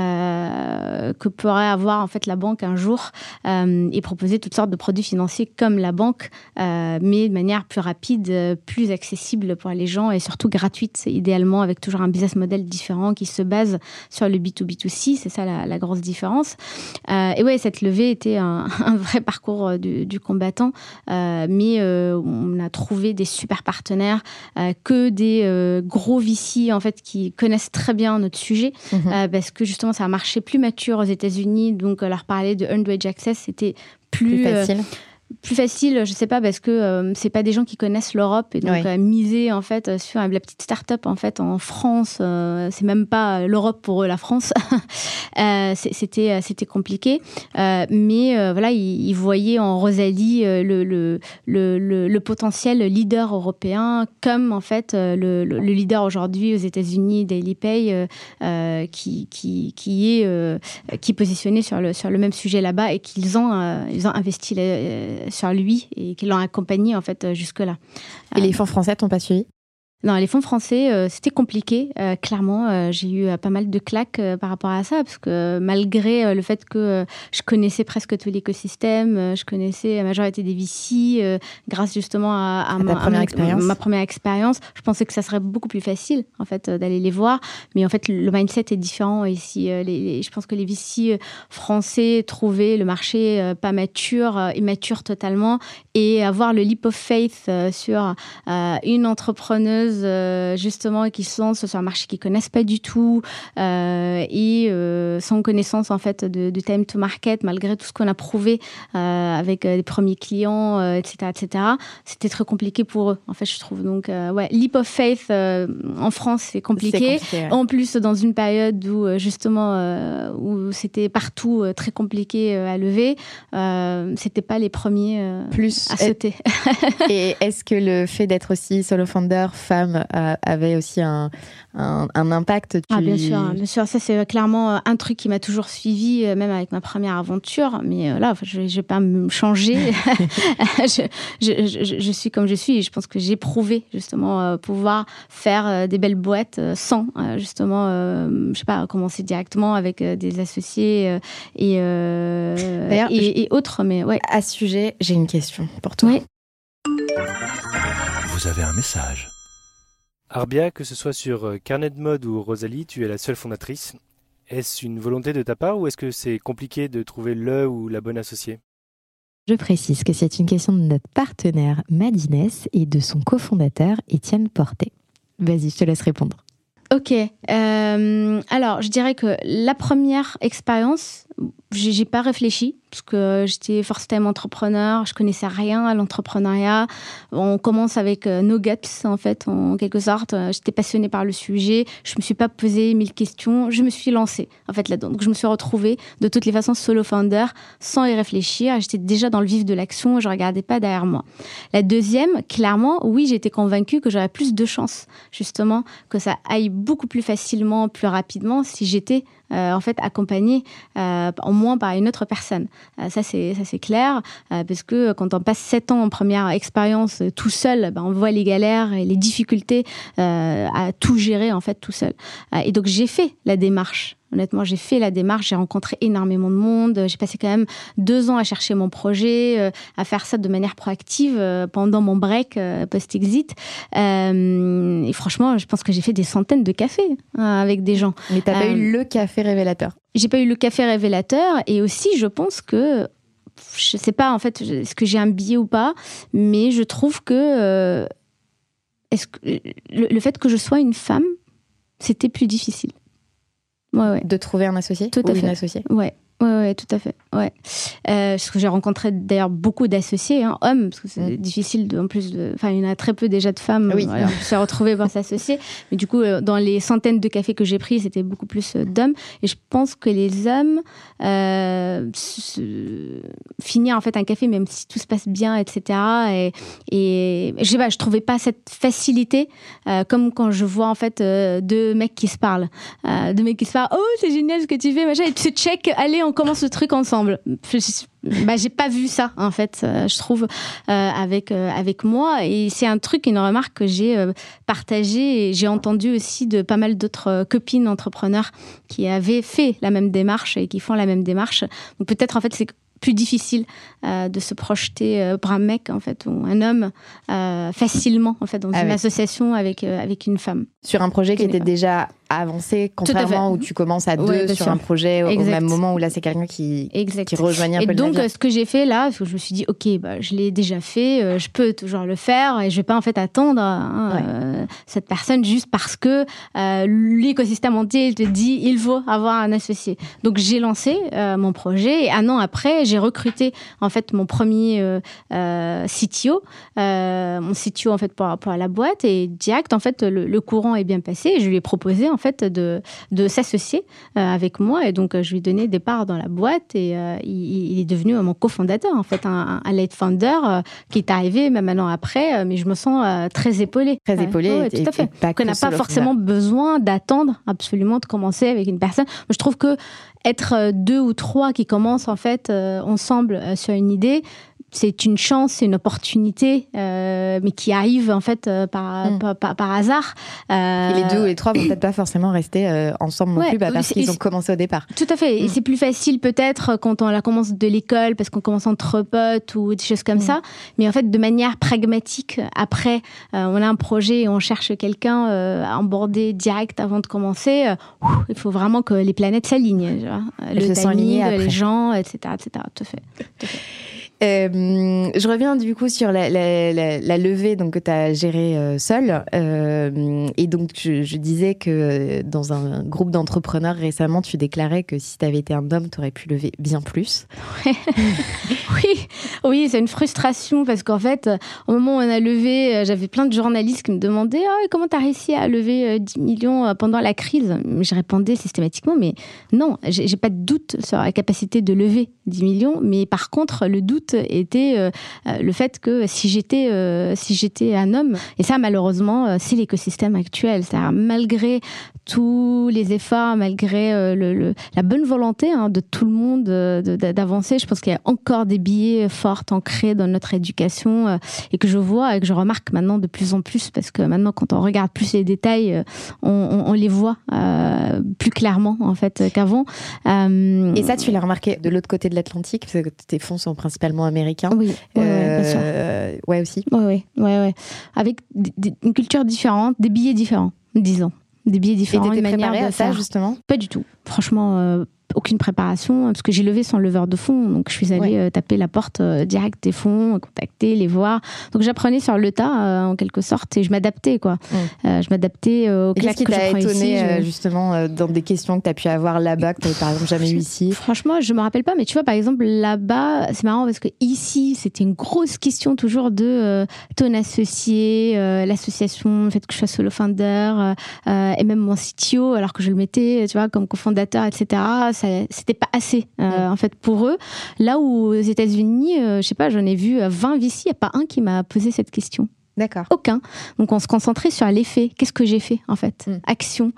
euh, que pourrait avoir en fait la banque un jour euh, et proposer toutes sortes de produits financiers comme la banque, euh, mais de manière plus rapide, plus accessible pour les gens et surtout gratuite, idéalement avec toujours un business model différent qui se base sur le B deux B deux C, c'est ça la, la grosse différence. Euh, et ouais, cette levée était un, un vrai parcours du, du combattant, euh, mais euh, on a trouvé des super partenaires, euh, que des euh, gros V C en fait qui connaissent très bien notre sujet, mmh. euh, parce que justement c'est un marché plus mature aux États-Unis, donc leur parler de Earned Wage Access c'était plus, plus facile. Euh, Plus facile, je sais pas, parce que euh, c'est pas des gens qui connaissent l'Europe et donc ouais. euh, miser en fait sur euh, la petite start-up en fait en France, euh, c'est même pas l'Europe pour eux, la France. euh, c'était c'était compliqué, euh, mais euh, voilà, ils, ils voyaient en Rosalie euh, le, le le le le potentiel leader européen, comme en fait euh, le, le le leader aujourd'hui aux États-Unis, DailyPay, euh, euh, qui qui qui est euh, qui est positionné sur le sur le même sujet là-bas et qu'ils ont euh, ils ont investi les, sur lui et qui l'ont accompagné en fait jusque-là. Et euh, les fonds français t'ont pas suivi ? Non, les fonds français, euh, c'était compliqué. Euh, clairement, euh, j'ai eu euh, pas mal de claques euh, par rapport à ça, parce que euh, malgré euh, le fait que euh, je connaissais presque tout l'écosystème, euh, je connaissais la majorité des V C, euh, grâce justement à, à, à, ma, première à ma, ma première expérience, je pensais que ça serait beaucoup plus facile en fait euh, d'aller les voir. Mais en fait, le mindset est différent ici. Euh, les, les, je pense que les V C français trouvaient le marché euh, pas mature, euh, immature totalement, et avoir le leap of faith euh, sur euh, une entrepreneuse justement qui se lancent sur un marché qu'ils connaissent pas du tout euh, et euh, sans connaissance en fait de, de time to market, malgré tout ce qu'on a prouvé euh, avec euh, les premiers clients, euh, et cetera, et cetera. C'était très compliqué pour eux en fait, je trouve. Donc euh, ouais, leap of faith euh, en France c'est compliqué. C'est compliqué ouais. En plus dans une période où justement euh, où c'était partout euh, très compliqué euh, à lever, euh, c'était pas les premiers euh, plus à sauter. Et est-ce que le fait d'être aussi solo founder, femme, avait aussi un, un, un impact tu... Ah, bien sûr, bien sûr. Ça, c'est clairement un truc qui m'a toujours suivi, même avec ma première aventure. Mais là, je ne vais pas me changer. je, je, je, je suis comme je suis. Et je pense que j'ai prouvé, justement, pouvoir faire des belles boîtes sans, justement, euh, je sais pas, commencer directement avec des associés et, euh, D'ailleurs, et, je... et autres. Mais ouais. À ce sujet, j'ai une question pour toi. Oui. Vous avez un message. Arbia, que ce soit sur Carnet de Mode ou Rosalie, tu es la seule fondatrice. Est-ce une volonté de ta part ou est-ce que c'est compliqué de trouver le ou la bonne associée ? Je précise que c'est une question de notre partenaire Madines et de son cofondateur Étienne Portet. Vas-y, je te laisse répondre. Ok. Euh, alors, je dirais que la première expérience, j'ai, j'ai pas réfléchi parce que j'étais first time entrepreneur, je connaissais rien à l'entrepreneuriat. On commence avec euh, no guts en fait, en quelque sorte. J'étais passionnée par le sujet, je me suis pas posé mille questions, je me suis lancée en fait là-dedans. Donc je me suis retrouvée de toutes les façons solo founder sans y réfléchir. J'étais déjà dans le vif de l'action, je regardais pas derrière moi. La deuxième, clairement, oui, j'étais convaincue que j'aurais plus de chances justement que ça aille beaucoup plus facilement, plus rapidement si j'étais euh, en fait accompagné euh, au moins par une autre personne. Euh, ça c'est ça c'est clair euh, parce que quand on passe sept ans en première expérience euh, tout seul, ben, on voit les galères et les difficultés euh, à tout gérer en fait tout seul. Euh, et donc j'ai fait la démarche. Honnêtement, j'ai fait la démarche, j'ai rencontré énormément de monde, j'ai passé quand même deux ans à chercher mon projet, euh, à faire ça de manière proactive euh, pendant mon break euh, post-exit. Euh, et franchement, je pense que j'ai fait des centaines de cafés euh, avec des gens. Mais t'as euh, pas eu le café révélateur? J'ai pas eu le café révélateur, et aussi, je pense que, je sais pas en fait, est-ce que j'ai un biais ou pas, mais je trouve que, euh, est-ce que le, le fait que je sois une femme, c'était plus difficile. Ouais, ouais. De trouver un associé tout ou à une fait. associée? Ouais. Ouais, ouais, tout à fait. Ouais. Euh, parce que j'ai rencontré d'ailleurs beaucoup d'associés, hein, hommes, parce que c'est mmh. difficile, de, en plus de. Enfin, il y en a très peu déjà de femmes. Oui. Voilà, on s'est retrouvés pour s'associer. Mais du coup, euh, dans les centaines de cafés que j'ai pris, c'était beaucoup plus euh, d'hommes. Et je pense que les hommes, euh, se... finir en fait un café, même si tout se passe bien, et cetera. Et, et je sais pas, je trouvais pas cette facilité, euh, comme quand je vois en fait euh, deux mecs qui se parlent. Euh, deux mecs qui se parlent, oh, c'est génial ce que tu fais, machin, et tu se check, allez, on commence le truc ensemble. Bah, j'ai pas vu ça en fait, euh, je trouve, euh, avec euh, avec moi, et c'est un truc, une remarque que j'ai euh, partagée, et j'ai entendu aussi de pas mal d'autres euh, copines entrepreneurs qui avaient fait la même démarche et qui font la même démarche. Donc peut-être en fait c'est plus difficile euh, de se projeter euh, pour un mec en fait, ou un homme euh, facilement en fait dans ah une oui. association avec euh, avec une femme sur un projet qui était déjà avancé, contrairement où tu commences à deux ouais, sur sûr. un projet au, au même moment, où là c'est quelqu'un qui exact. qui rejoignait un et peu donc, le navire. Ce que j'ai fait là, parce que je me suis dit ok, bah, je l'ai déjà fait, euh, je peux toujours le faire, et je vais pas en fait attendre hein, ouais. euh, cette personne juste parce que euh, l'écosystème entier te dit il faut avoir un associé. Donc j'ai lancé euh, mon projet, et un an après j'ai recruté en fait mon premier euh, euh, C T O, euh, mon C T O en fait pour, pour la boîte, et direct en fait le, le courant est bien passé, et je lui ai proposé en fait de, de s'associer euh, avec moi, et donc euh, je lui ai donné des parts dans la boîte, et euh, il, il est devenu euh, mon cofondateur en fait, un, un late founder euh, qui est arrivé même un an après, euh, mais je me sens euh, très épaulée. Très épaulée, ouais, ouais, tout à fait. On n'a pas forcément besoin d'attendre absolument de commencer avec une personne. Moi, je trouve que être deux ou trois qui commencent en fait euh, ensemble euh, sur une idée, c'est une chance, c'est une opportunité, euh, mais qui arrive en fait euh, par, mmh. par, par, par hasard. Euh... Et les deux ou les trois vont peut-être pas forcément rester euh, ensemble non ouais, plus, bah, parce qu'ils ont commencé au départ. Tout à fait. Mmh. Et c'est plus facile peut-être quand on la commence de l'école, parce qu'on commence entre potes ou des choses comme mmh. ça. Mais en fait, de manière pragmatique, après, euh, on a un projet et on cherche quelqu'un euh, à emborder direct avant de commencer. Euh, ouf, il faut vraiment que les planètes s'alignent. Tu vois. Le timing, les gens, et cetera, et cetera. Tout à fait. Tout à fait. Euh, je reviens du coup sur la, la, la, la levée donc, que tu as gérée euh, seule. Euh, et donc, je, je disais que dans un groupe d'entrepreneurs récemment, tu déclarais que si tu avais été un homme, tu aurais pu lever bien plus. oui, oui, c'est une frustration parce qu'en fait, au moment où on a levé, j'avais plein de journalistes qui me demandaient oh, comment tu as réussi à lever dix millions pendant la crise. Je répondais systématiquement, mais non, j'ai, j'ai pas de doute sur la capacité de lever dix millions. Mais par contre, le doute était euh, le fait que si j'étais euh, si j'étais un homme, et ça malheureusement euh, c'est l'écosystème actuel, c'est-à-dire malgré tous les efforts, malgré euh, le, le, la bonne volonté hein, de tout le monde euh, de, d'avancer, je pense qu'il y a encore des biais forts ancrés dans notre éducation euh, et que je vois et que je remarque maintenant de plus en plus, parce que maintenant quand on regarde plus les détails, euh, on, on, on les voit euh, plus clairement en fait qu'avant. Euh, et ça tu l'as remarqué de l'autre côté de l'Atlantique, parce que tes fonds sont principalement américains. Oui, ouais, euh, ouais, bien sûr. Euh, ouais aussi. Oui, oui, ouais, ouais. Avec des, des, une culture différente, des billets différents, disons. Des billets différents. Et t'étais une préparée manière à de ça, faire. justement ? Pas du tout. Franchement, euh, aucune préparation, parce que j'ai levé sans leveur de fonds. Donc, je suis allée ouais. euh, taper la porte euh, direct des fonds, contacter, les voir. Donc, j'apprenais sur le tas, euh, en quelque sorte, et je m'adaptais, quoi. Mm. Euh, je m'adaptais euh, aux classes que je prends ici. Qu'est-ce qui t'a étonné, je... euh, justement, euh, dans des questions que tu as pu avoir là-bas, que tu n'avais par exemple jamais eu ici ? Franchement, je ne me rappelle pas, mais tu vois, par exemple, là-bas, c'est marrant parce que ici, c'était une grosse question toujours de euh, ton associé, euh, l'association, le fait que je sois solo founder, euh, et même mon C T O, alors que je le mettais, tu vois, comme cofondateur, et cetera. Ça, c'était pas assez, euh, mmh. en fait, pour eux. Là où aux États-Unis, euh, je sais pas, j'en ai vu vingt V C, il n'y a pas un qui m'a posé cette question. D'accord. Aucun. Donc on se concentrait sur l'effet. Qu'est-ce que j'ai fait en fait? mm. Action.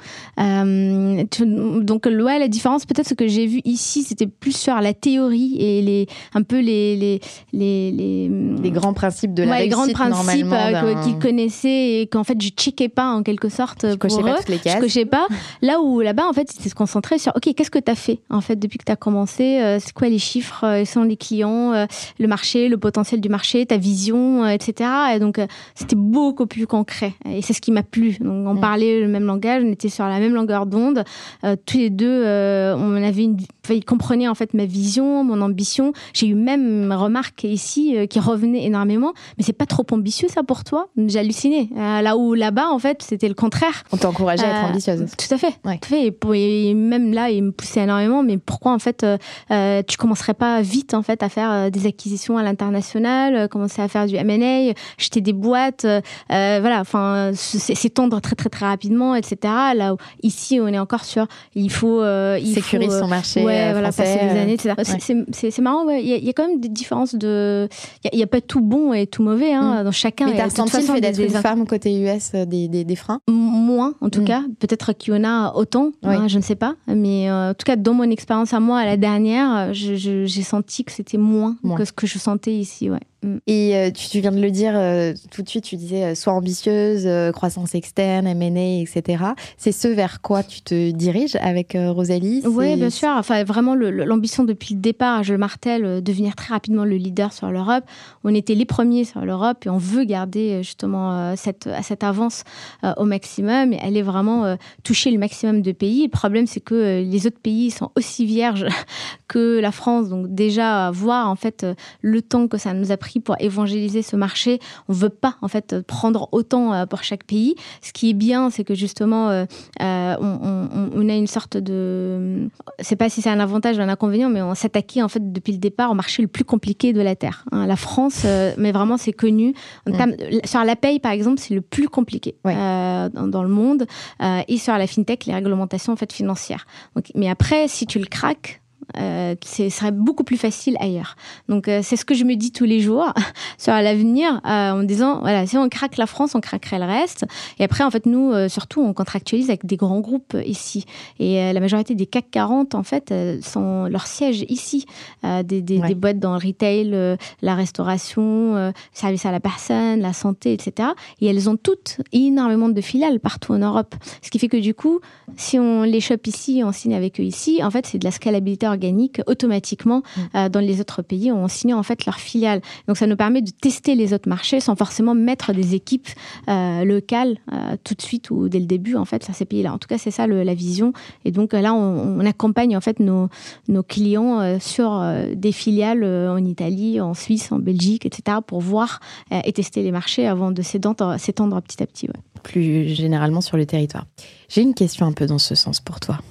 Euh, tu, donc ouais, la différence peut-être ce que j'ai vu ici, c'était plus sur la théorie et les un peu les les les les, les grands principes de la ouais, réussite, les grands principes euh, qu'ils connaissaient et qu'en fait je checkais pas en quelque sorte. Je pour cochais eux. pas toutes les cases. Je cochais pas. Là où là-bas en fait c'était se concentrer sur ok, qu'est-ce que tu as fait en fait depuis que tu as commencé, euh, c'est quoi les chiffres, euh, sont les clients, euh, le marché, le potentiel du marché, ta vision, euh, et cetera. Et donc euh, c'était beaucoup plus concret et c'est ce qui m'a plu. Donc on mmh. parlait le même langage, on était sur la même longueur d'onde. Euh, tous les deux, euh, on avait une, enfin, ils comprenaient en fait ma vision, mon ambition. J'ai eu même remarque ici euh, qui revenait énormément. Mais c'est pas trop ambitieux ça pour toi? J'ai halluciné. Euh, là où là-bas en fait c'était le contraire. On t'encourageait euh, à être ambitieuse. Tout à fait. Ouais. Tout à fait. Et, pour, et même là, ils me poussaient énormément. Mais pourquoi en fait euh, tu commencerais pas vite en fait à faire euh, des acquisitions à l'international, euh, commencer à faire du M and A, jeter des boîtes, euh, voilà. Enfin, s'étendre très très très rapidement, et cetera. Là où ici on est encore sur, il faut euh, il sécuriser faut, euh, son marché, ouais, euh, voilà, français, passer les années, et cetera. Ouais. C'est, c'est, c'est marrant. Ouais. Il y a, il y a quand même des différences de, il y a, il y a pas tout bon et tout mauvais hein, mmh. dans chacun. Mais t'as ressenti le fait d'être des, une des... femme côté U S des des, des freins? Moins en tout mmh. cas. Peut-être qu'il y en a autant. Oui. Hein, je ne sais pas. Mais euh, en tout cas dans mon expérience à moi, à la dernière, je, je, j'ai senti que c'était moins, moins que ce que je sentais ici. Ouais. Et euh, tu, tu viens de le dire euh, tout de suite, tu disais euh, sois ambitieuse, euh, croissance externe, M and A, et cetera. C'est ce vers quoi tu te diriges avec euh, Rosalie? Oui, bien sûr. Enfin, vraiment, le, l'ambition depuis le départ, je le martèle, euh, devenir très rapidement le leader sur l'Europe. On était les premiers sur l'Europe et on veut garder justement euh, cette, cette avance euh, au maximum et aller vraiment euh, toucher le maximum de pays. Le problème, c'est que euh, les autres pays sont aussi vierges que la France. Donc déjà, voir en fait euh, le temps que ça nous a pris pour évangéliser ce marché. On veut pas en fait prendre autant euh, pour chaque pays. Ce qui est bien, c'est que justement, euh, euh, on, on, on a une sorte de, c'est pas si c'est un avantage ou un inconvénient, mais on s'attaquait en fait depuis le départ au marché le plus compliqué de la terre. Hein, la France, euh, mais vraiment c'est connu. En termes, mmh. Sur la paye par exemple, c'est le plus compliqué ouais. euh, dans, dans le monde. Euh, et sur la fintech, les réglementations en fait financières. Donc, mais après, si tu le craques, Euh, ce serait beaucoup plus facile ailleurs. Donc euh, c'est ce que je me dis tous les jours sur l'avenir euh, en me disant voilà, si on craque la France, on craquerait le reste. Et après en fait nous euh, surtout on contractualise avec des grands groupes euh, ici et euh, la majorité des C A C quarante en fait euh, sont leur siège ici, euh, des, des, ouais. des boîtes dans le retail, euh, la restauration, euh, service à la personne, la santé, et cetera. Et elles ont toutes énormément de filiales partout en Europe. Ce qui fait que du coup, si on les chope ici, on signe avec eux ici, en fait c'est de la scalabilité organique automatiquement mmh. euh, dans les autres pays où on signe en fait leurs filiales. Donc ça nous permet de tester les autres marchés sans forcément mettre des équipes euh, locales euh, tout de suite ou dès le début en fait sur ces pays-là. En tout cas c'est ça le, la vision. Et donc là on, on accompagne en fait nos, nos clients euh, sur euh, des filiales euh, en Italie, en Suisse, en Belgique, et cetera pour voir euh, et tester les marchés avant de s'étendre, s'étendre petit à petit. Ouais. Plus généralement sur le territoire. J'ai une question un peu dans ce sens pour toi.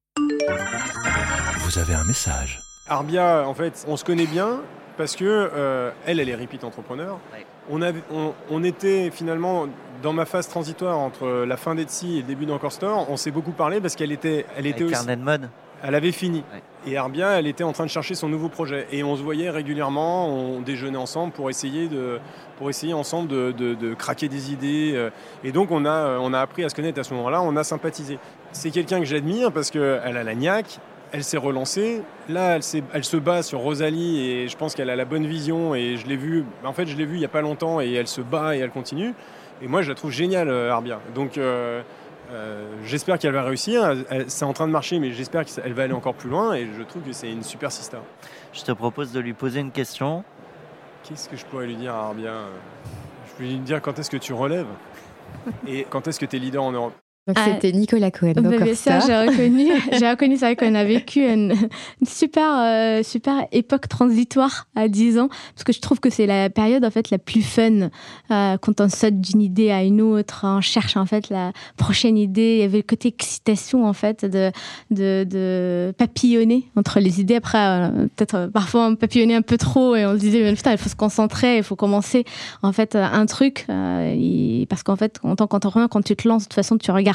Vous avez un message. Arbia, en fait, on se connaît bien parce que euh, elle, elle est repeat entrepreneur. Ouais. On, avait, on, on était finalement dans ma phase transitoire entre la fin d'Etsy et le début d'Encore Store. On s'est beaucoup parlé parce qu'elle était, elle était aussi. Carnet de mode. Elle avait fini. Ouais. Et Arbia, elle était en train de chercher son nouveau projet. Et on se voyait régulièrement, on déjeunait ensemble pour essayer de, pour essayer ensemble de, de, de craquer des idées. Et donc on a, on a appris à se connaître à ce moment-là. On a sympathisé. C'est quelqu'un que j'admire parce que elle a la niaque. Elle s'est relancée. Là, elle, s'est, elle se bat sur Rosalie et je pense qu'elle a la bonne vision. Et je l'ai vue, en fait, je l'ai vue il n'y a pas longtemps et elle se bat et elle continue. Et moi, je la trouve géniale, Arbia. Donc, euh, euh, j'espère qu'elle va réussir. Elle, c'est en train de marcher, mais j'espère qu'elle va aller encore plus loin. Et je trouve que c'est une super sister. Je te propose de lui poser une question. Qu'est-ce que je pourrais lui dire à Arbia ? Je vais lui dire quand est-ce que tu relèves et quand est-ce que tu es leader en Europe. Donc ah, c'était Nicolas Cohen. Bah, bien sûr, j'ai reconnu, j'ai reconnu, c'est vrai qu'on a vécu une, une super, euh, super époque transitoire à dix ans, parce que je trouve que c'est la période en fait la plus fun euh, quand on saute d'une idée à une autre, on cherche en fait la prochaine idée. Il y avait le côté excitation en fait de de, de papillonner entre les idées. Après, euh, peut-être euh, parfois on papillonnait un peu trop et on se disait mais putain, il faut se concentrer, il faut commencer en fait un truc, euh, et, parce qu'en fait en tant qu'entrepreneur, quand tu te lances, de toute façon tu regardes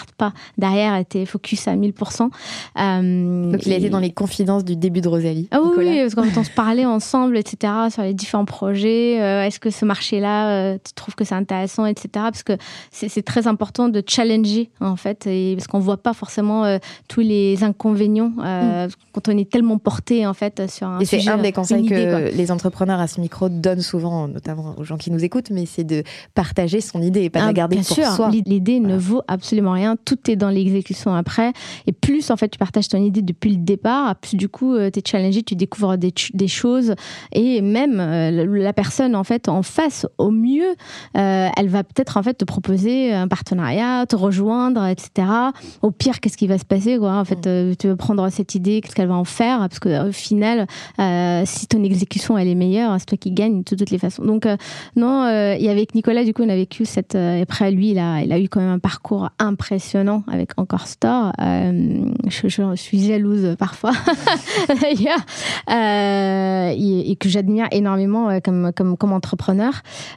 regarde pas. Derrière, tu es focus à mille pour cent. Euh, Donc, il a été dans les confidences du début de Rosalie. Ah oui, oui, parce qu'en fait, on se parlait ensemble, et cetera, sur les différents projets. Euh, est-ce que ce marché-là, euh, tu trouves que c'est intéressant, et cetera. Parce que c'est, c'est très important de challenger, en fait, et parce qu'on voit pas forcément euh, tous les inconvénients euh, mm. quand on est tellement porté, en fait, sur un et sujet. Et c'est un des conseils idée, que quoi. Les entrepreneurs à ce micro donnent souvent, notamment aux gens qui nous écoutent, mais c'est de partager son idée et pas de ah, la garder bien pour sûr. soi. L'idée voilà. ne vaut absolument rien. Tout est dans l'exécution après. Et plus, en fait, tu partages ton idée depuis le départ, plus, du coup, tu es challengé, tu découvres des, des choses. Et même euh, la personne, en fait, en face, au mieux, euh, elle va peut-être, en fait, te proposer un partenariat, te rejoindre, et cetera. Au pire, qu'est-ce qui va se passer, quoi? En fait, euh, tu vas prendre cette idée, qu'est-ce qu'elle va en faire? Parce qu'au final, euh, si ton exécution, elle est meilleure, c'est toi qui gagne de toutes les façons. Donc, euh, non, euh, et avec Nicolas, du coup, on a vécu cette... Euh, après, lui, il a, il a eu quand même un parcours impressionnant avec Encore Store. Euh, je, je, je suis jalouse parfois, d'ailleurs, euh, et, et que j'admire énormément euh, comme, comme, comme entrepreneur.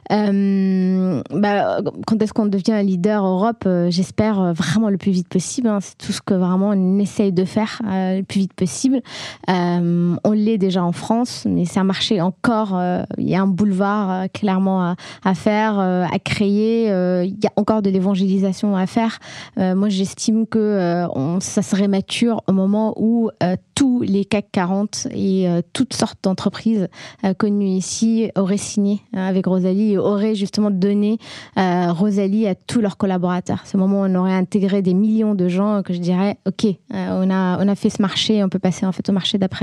Euh, bah, quand est-ce qu'on devient un leader Europe? euh, J'espère vraiment le plus vite possible. Hein. C'est tout ce que vraiment on essaye de faire euh, le plus vite possible. Euh, on l'est déjà en France, mais c'est un marché encore... Euh, il y a un boulevard euh, clairement à, à faire, euh, à créer. Euh, il y a encore de l'évangélisation à faire. Euh, moi, j'estime que euh, on, ça serait mature au moment où euh, tous les C A C quarante et euh, toutes sortes d'entreprises euh, connues ici auraient signé hein, avec Rosalie et auraient justement donné euh, Rosalie à tous leurs collaborateurs. C'est le moment où on aurait intégré des millions de gens que je dirais, ok, euh, on a on a fait ce marché, on peut passer en fait au marché d'après.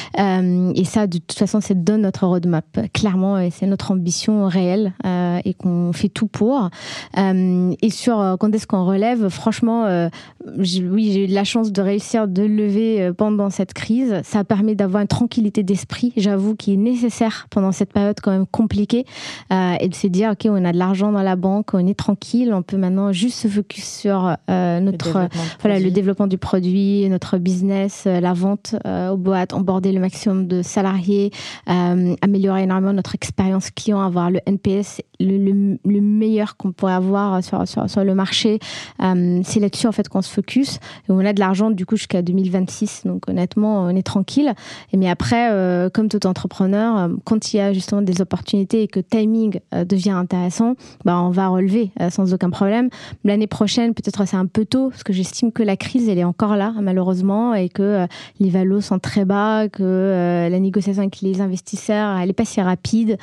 Euh, et ça, de toute façon, c'est dans notre roadmap, clairement, et c'est notre ambition réelle euh, et qu'on fait tout pour. Euh, et sur euh, quand est-ce qu'on relève, franchement, euh, j'ai, oui, j'ai eu de la chance de réussir de lever euh, pendant cette crise. Ça permet d'avoir une tranquillité d'esprit, j'avoue, qui est nécessaire pendant cette période quand même compliquée, euh, et de se dire, ok, on a de l'argent dans la banque, on est tranquille, on peut maintenant juste se focus sur euh, notre, le voilà, le développement du produit, notre business, euh, la vente euh, aux boîtes, onboarder le maximum de salariés, euh, améliorer énormément notre expérience client, avoir le N P S le, le, le meilleur qu'on pourrait avoir sur, sur, sur le marché. Euh, c'est là-dessus en fait qu'on se focus. Et on a de l'argent du coup jusqu'à deux mille vingt-six, donc honnêtement on est tranquille. Et mais après, euh, comme tout entrepreneur, quand il y a justement des opportunités et que timing euh, devient intéressant, bah on va relever euh, sans aucun problème. L'année prochaine, peut-être c'est un peu tôt parce que j'estime que la crise elle est encore là malheureusement et que euh, les valos sont très bas, que euh, la négociation avec les investisseurs elle est pas si rapide,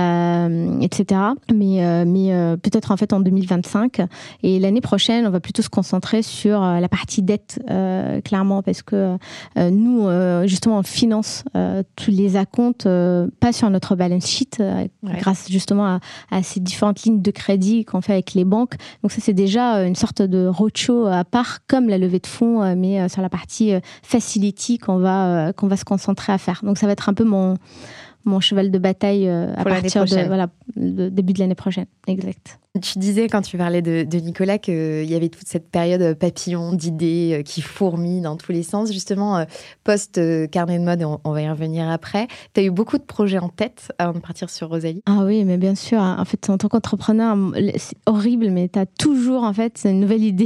euh, et cetera. Mais, euh, mais euh, peut-être en fait en deux mille vingt-cinq. Et l'année prochaine, on va plutôt se concentrer sur euh, la partie dette, euh, clairement, parce que euh, nous, euh, justement, on finance euh, tous les acomptes, euh, pas sur notre balance sheet, euh, ouais. grâce justement à, à ces différentes lignes de crédit qu'on fait avec les banques. Donc ça, c'est déjà une sorte de roadshow à part, comme la levée de fonds, euh, mais euh, sur la partie euh, facility qu'on va, euh, qu'on va se concentrer à faire. Donc ça va être un peu mon... mon cheval de bataille euh, à partir de voilà, le début de l'année prochaine. Exact. Tu disais, quand tu parlais de, de Nicolas, qu'il y avait toute cette période papillon d'idées euh, qui fourmillent dans tous les sens. Justement, euh, post-carnet de mode, on, on va y revenir après. Tu as eu beaucoup de projets en tête avant de partir sur Rosalie? Ah oui, mais bien sûr. En fait, en tant qu'entrepreneur, c'est horrible, mais tu as toujours en fait, une nouvelle idée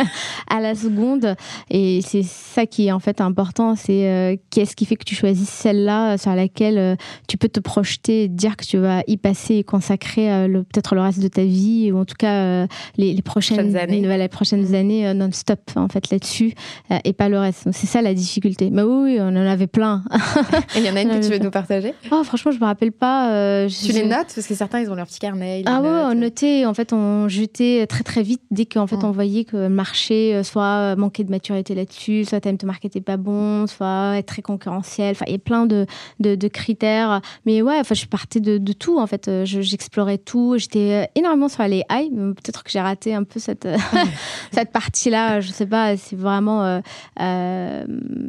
à la seconde. Et c'est ça qui est en fait important. C'est euh, qu'est-ce qui fait que tu choisis celle-là sur laquelle euh, tu peux te projeter, dire que tu vas y passer et consacrer euh, le, peut-être le reste de ta vie, ou en tout cas euh, les, les prochaines années, les, les prochaines années euh, non-stop en fait là-dessus euh, et pas le reste. Donc, c'est ça la difficulté. Mais oui, oui, on en avait plein. Et il y en a une que tu veux nous partager? Oh, franchement, je me rappelle pas. Euh, tu je... les notes parce que certains ils ont leur petit carnet. Ah ouais, notes. On notait. En fait, on jetait très très vite dès qu'en fait mmh. on voyait que le marché soit manquait de maturité là-dessus, soit time to market était pas bon, soit être très concurrentiel. Enfin, il y a plein de, de, de critères. Mais ouais, enfin, je partais de, de tout en fait. Je, j'explorais tout. J'étais énormément sur les high. Peut-être que j'ai raté un peu cette cette partie-là. Je sais pas. C'est vraiment euh, euh,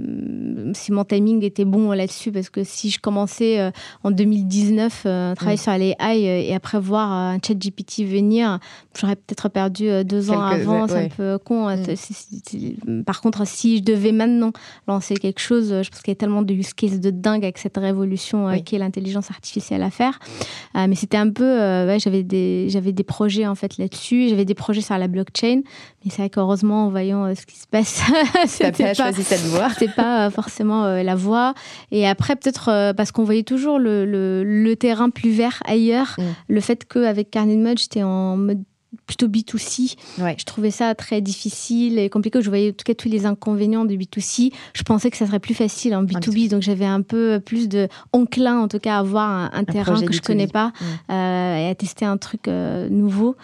si mon timing était bon là-dessus, parce que si je commençais euh, en deux mille dix-neuf euh, à travailler mmh. sur les high euh, et après voir euh, un chat G P T venir, j'aurais peut-être perdu euh, deux ans Quelques, avant. Euh, c'est ouais. un peu con. Mmh. C'est, c'est, c'est... Par contre, si je devais maintenant lancer quelque chose, je pense qu'il y a tellement de use cases de dingue avec cette révolution euh, oui. qu'est l'intelligence artificielle à faire. Euh, mais c'était un peu, euh, ouais, j'avais des j'avais des projets projets en fait là-dessus. J'avais des projets sur la blockchain, mais c'est vrai qu'heureusement, en voyant euh, ce qui se passe, c'était pas, choisi cette voie. C'était pas euh, forcément euh, la voie. Et après, peut-être euh, parce qu'on voyait toujours le, le, le terrain plus vert ailleurs, mm. le fait qu'avec Carnet de Mode, j'étais en mode plutôt B deux C. Ouais. Je trouvais ça très difficile et compliqué. Je voyais en tout cas tous les inconvénients du B deux C. Je pensais que ça serait plus facile en B deux B. Donc j'avais un peu plus de enclin en tout cas à avoir un, un, un terrain que je connais pas mmh. euh, et à tester un truc euh, nouveau.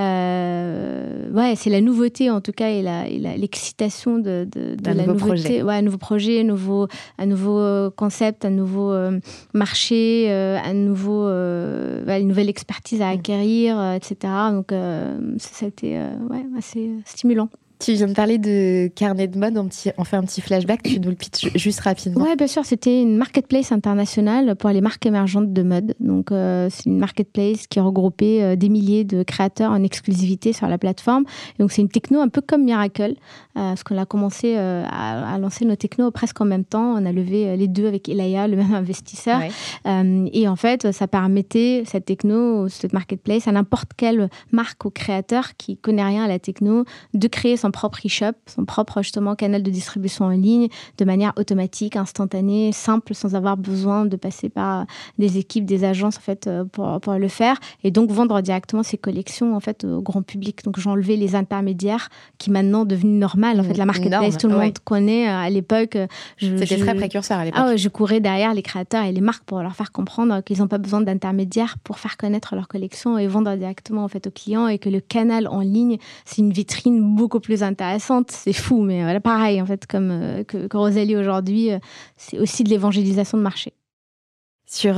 Euh, ouais, c'est la nouveauté en tout cas et, la, et la, l'excitation de, de, de la nouveauté. Projet. Ouais, un nouveau projet, un nouveau, un nouveau concept, un nouveau euh, marché, euh, un nouveau, euh, ouais, une nouvelle expertise à acquérir, euh, et cetera. Donc euh, ça a été euh, ouais, assez stimulant. Tu viens de parler de Carnet de Mode, on, petit, on fait un petit flashback, tu nous le pitches juste rapidement. Oui, bien sûr, c'était une marketplace internationale pour les marques émergentes de mode. Donc, euh, c'est une marketplace qui regroupait euh, des milliers de créateurs en exclusivité sur la plateforme. Et donc, c'est une techno un peu comme Miracle, euh, parce qu'on a commencé euh, à, à lancer nos technos presque en même temps. On a levé euh, les deux avec Elaya, le même investisseur. Ouais. Euh, et en fait, ça permettait, cette techno, cette marketplace, à n'importe quelle marque ou créateur qui connaît rien à la techno, de créer son propre e-shop, son propre justement canal de distribution en ligne, de manière automatique, instantanée, simple, sans avoir besoin de passer par des équipes, des agences en fait pour, pour le faire, et donc vendre directement ses collections en fait au grand public. Donc j'enlevais les intermédiaires qui maintenant devenus normales. En fait, la marketplace, tout le ouais. monde connaît. À l'époque, je, c'était je, très précurseur à l'époque. Ah ouais, je courais derrière les créateurs et les marques pour leur faire comprendre qu'ils n'ont pas besoin d'intermédiaires pour faire connaître leur collection et vendre directement en fait aux clients, et que le canal en ligne, c'est une vitrine beaucoup plus intéressante. C'est fou, mais voilà, pareil en fait, comme euh, que, que Rosalie aujourd'hui, euh, c'est aussi de l'évangélisation de marché. Sur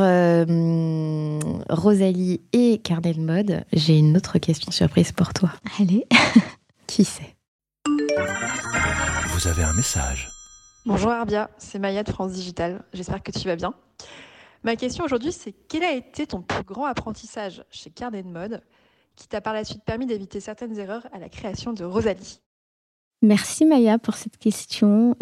euh, Rosalie et Carnet de Mode, j'ai une autre question surprise pour toi. Allez. Qui c'est ? Vous avez un message. Bonjour Arbia, c'est Maya de France Digital. J'espère que tu vas bien. Ma question aujourd'hui, c'est quel a été ton plus grand apprentissage chez Carnet de Mode qui t'a par la suite permis d'éviter certaines erreurs à la création de Rosalie ? Merci Maya pour cette question.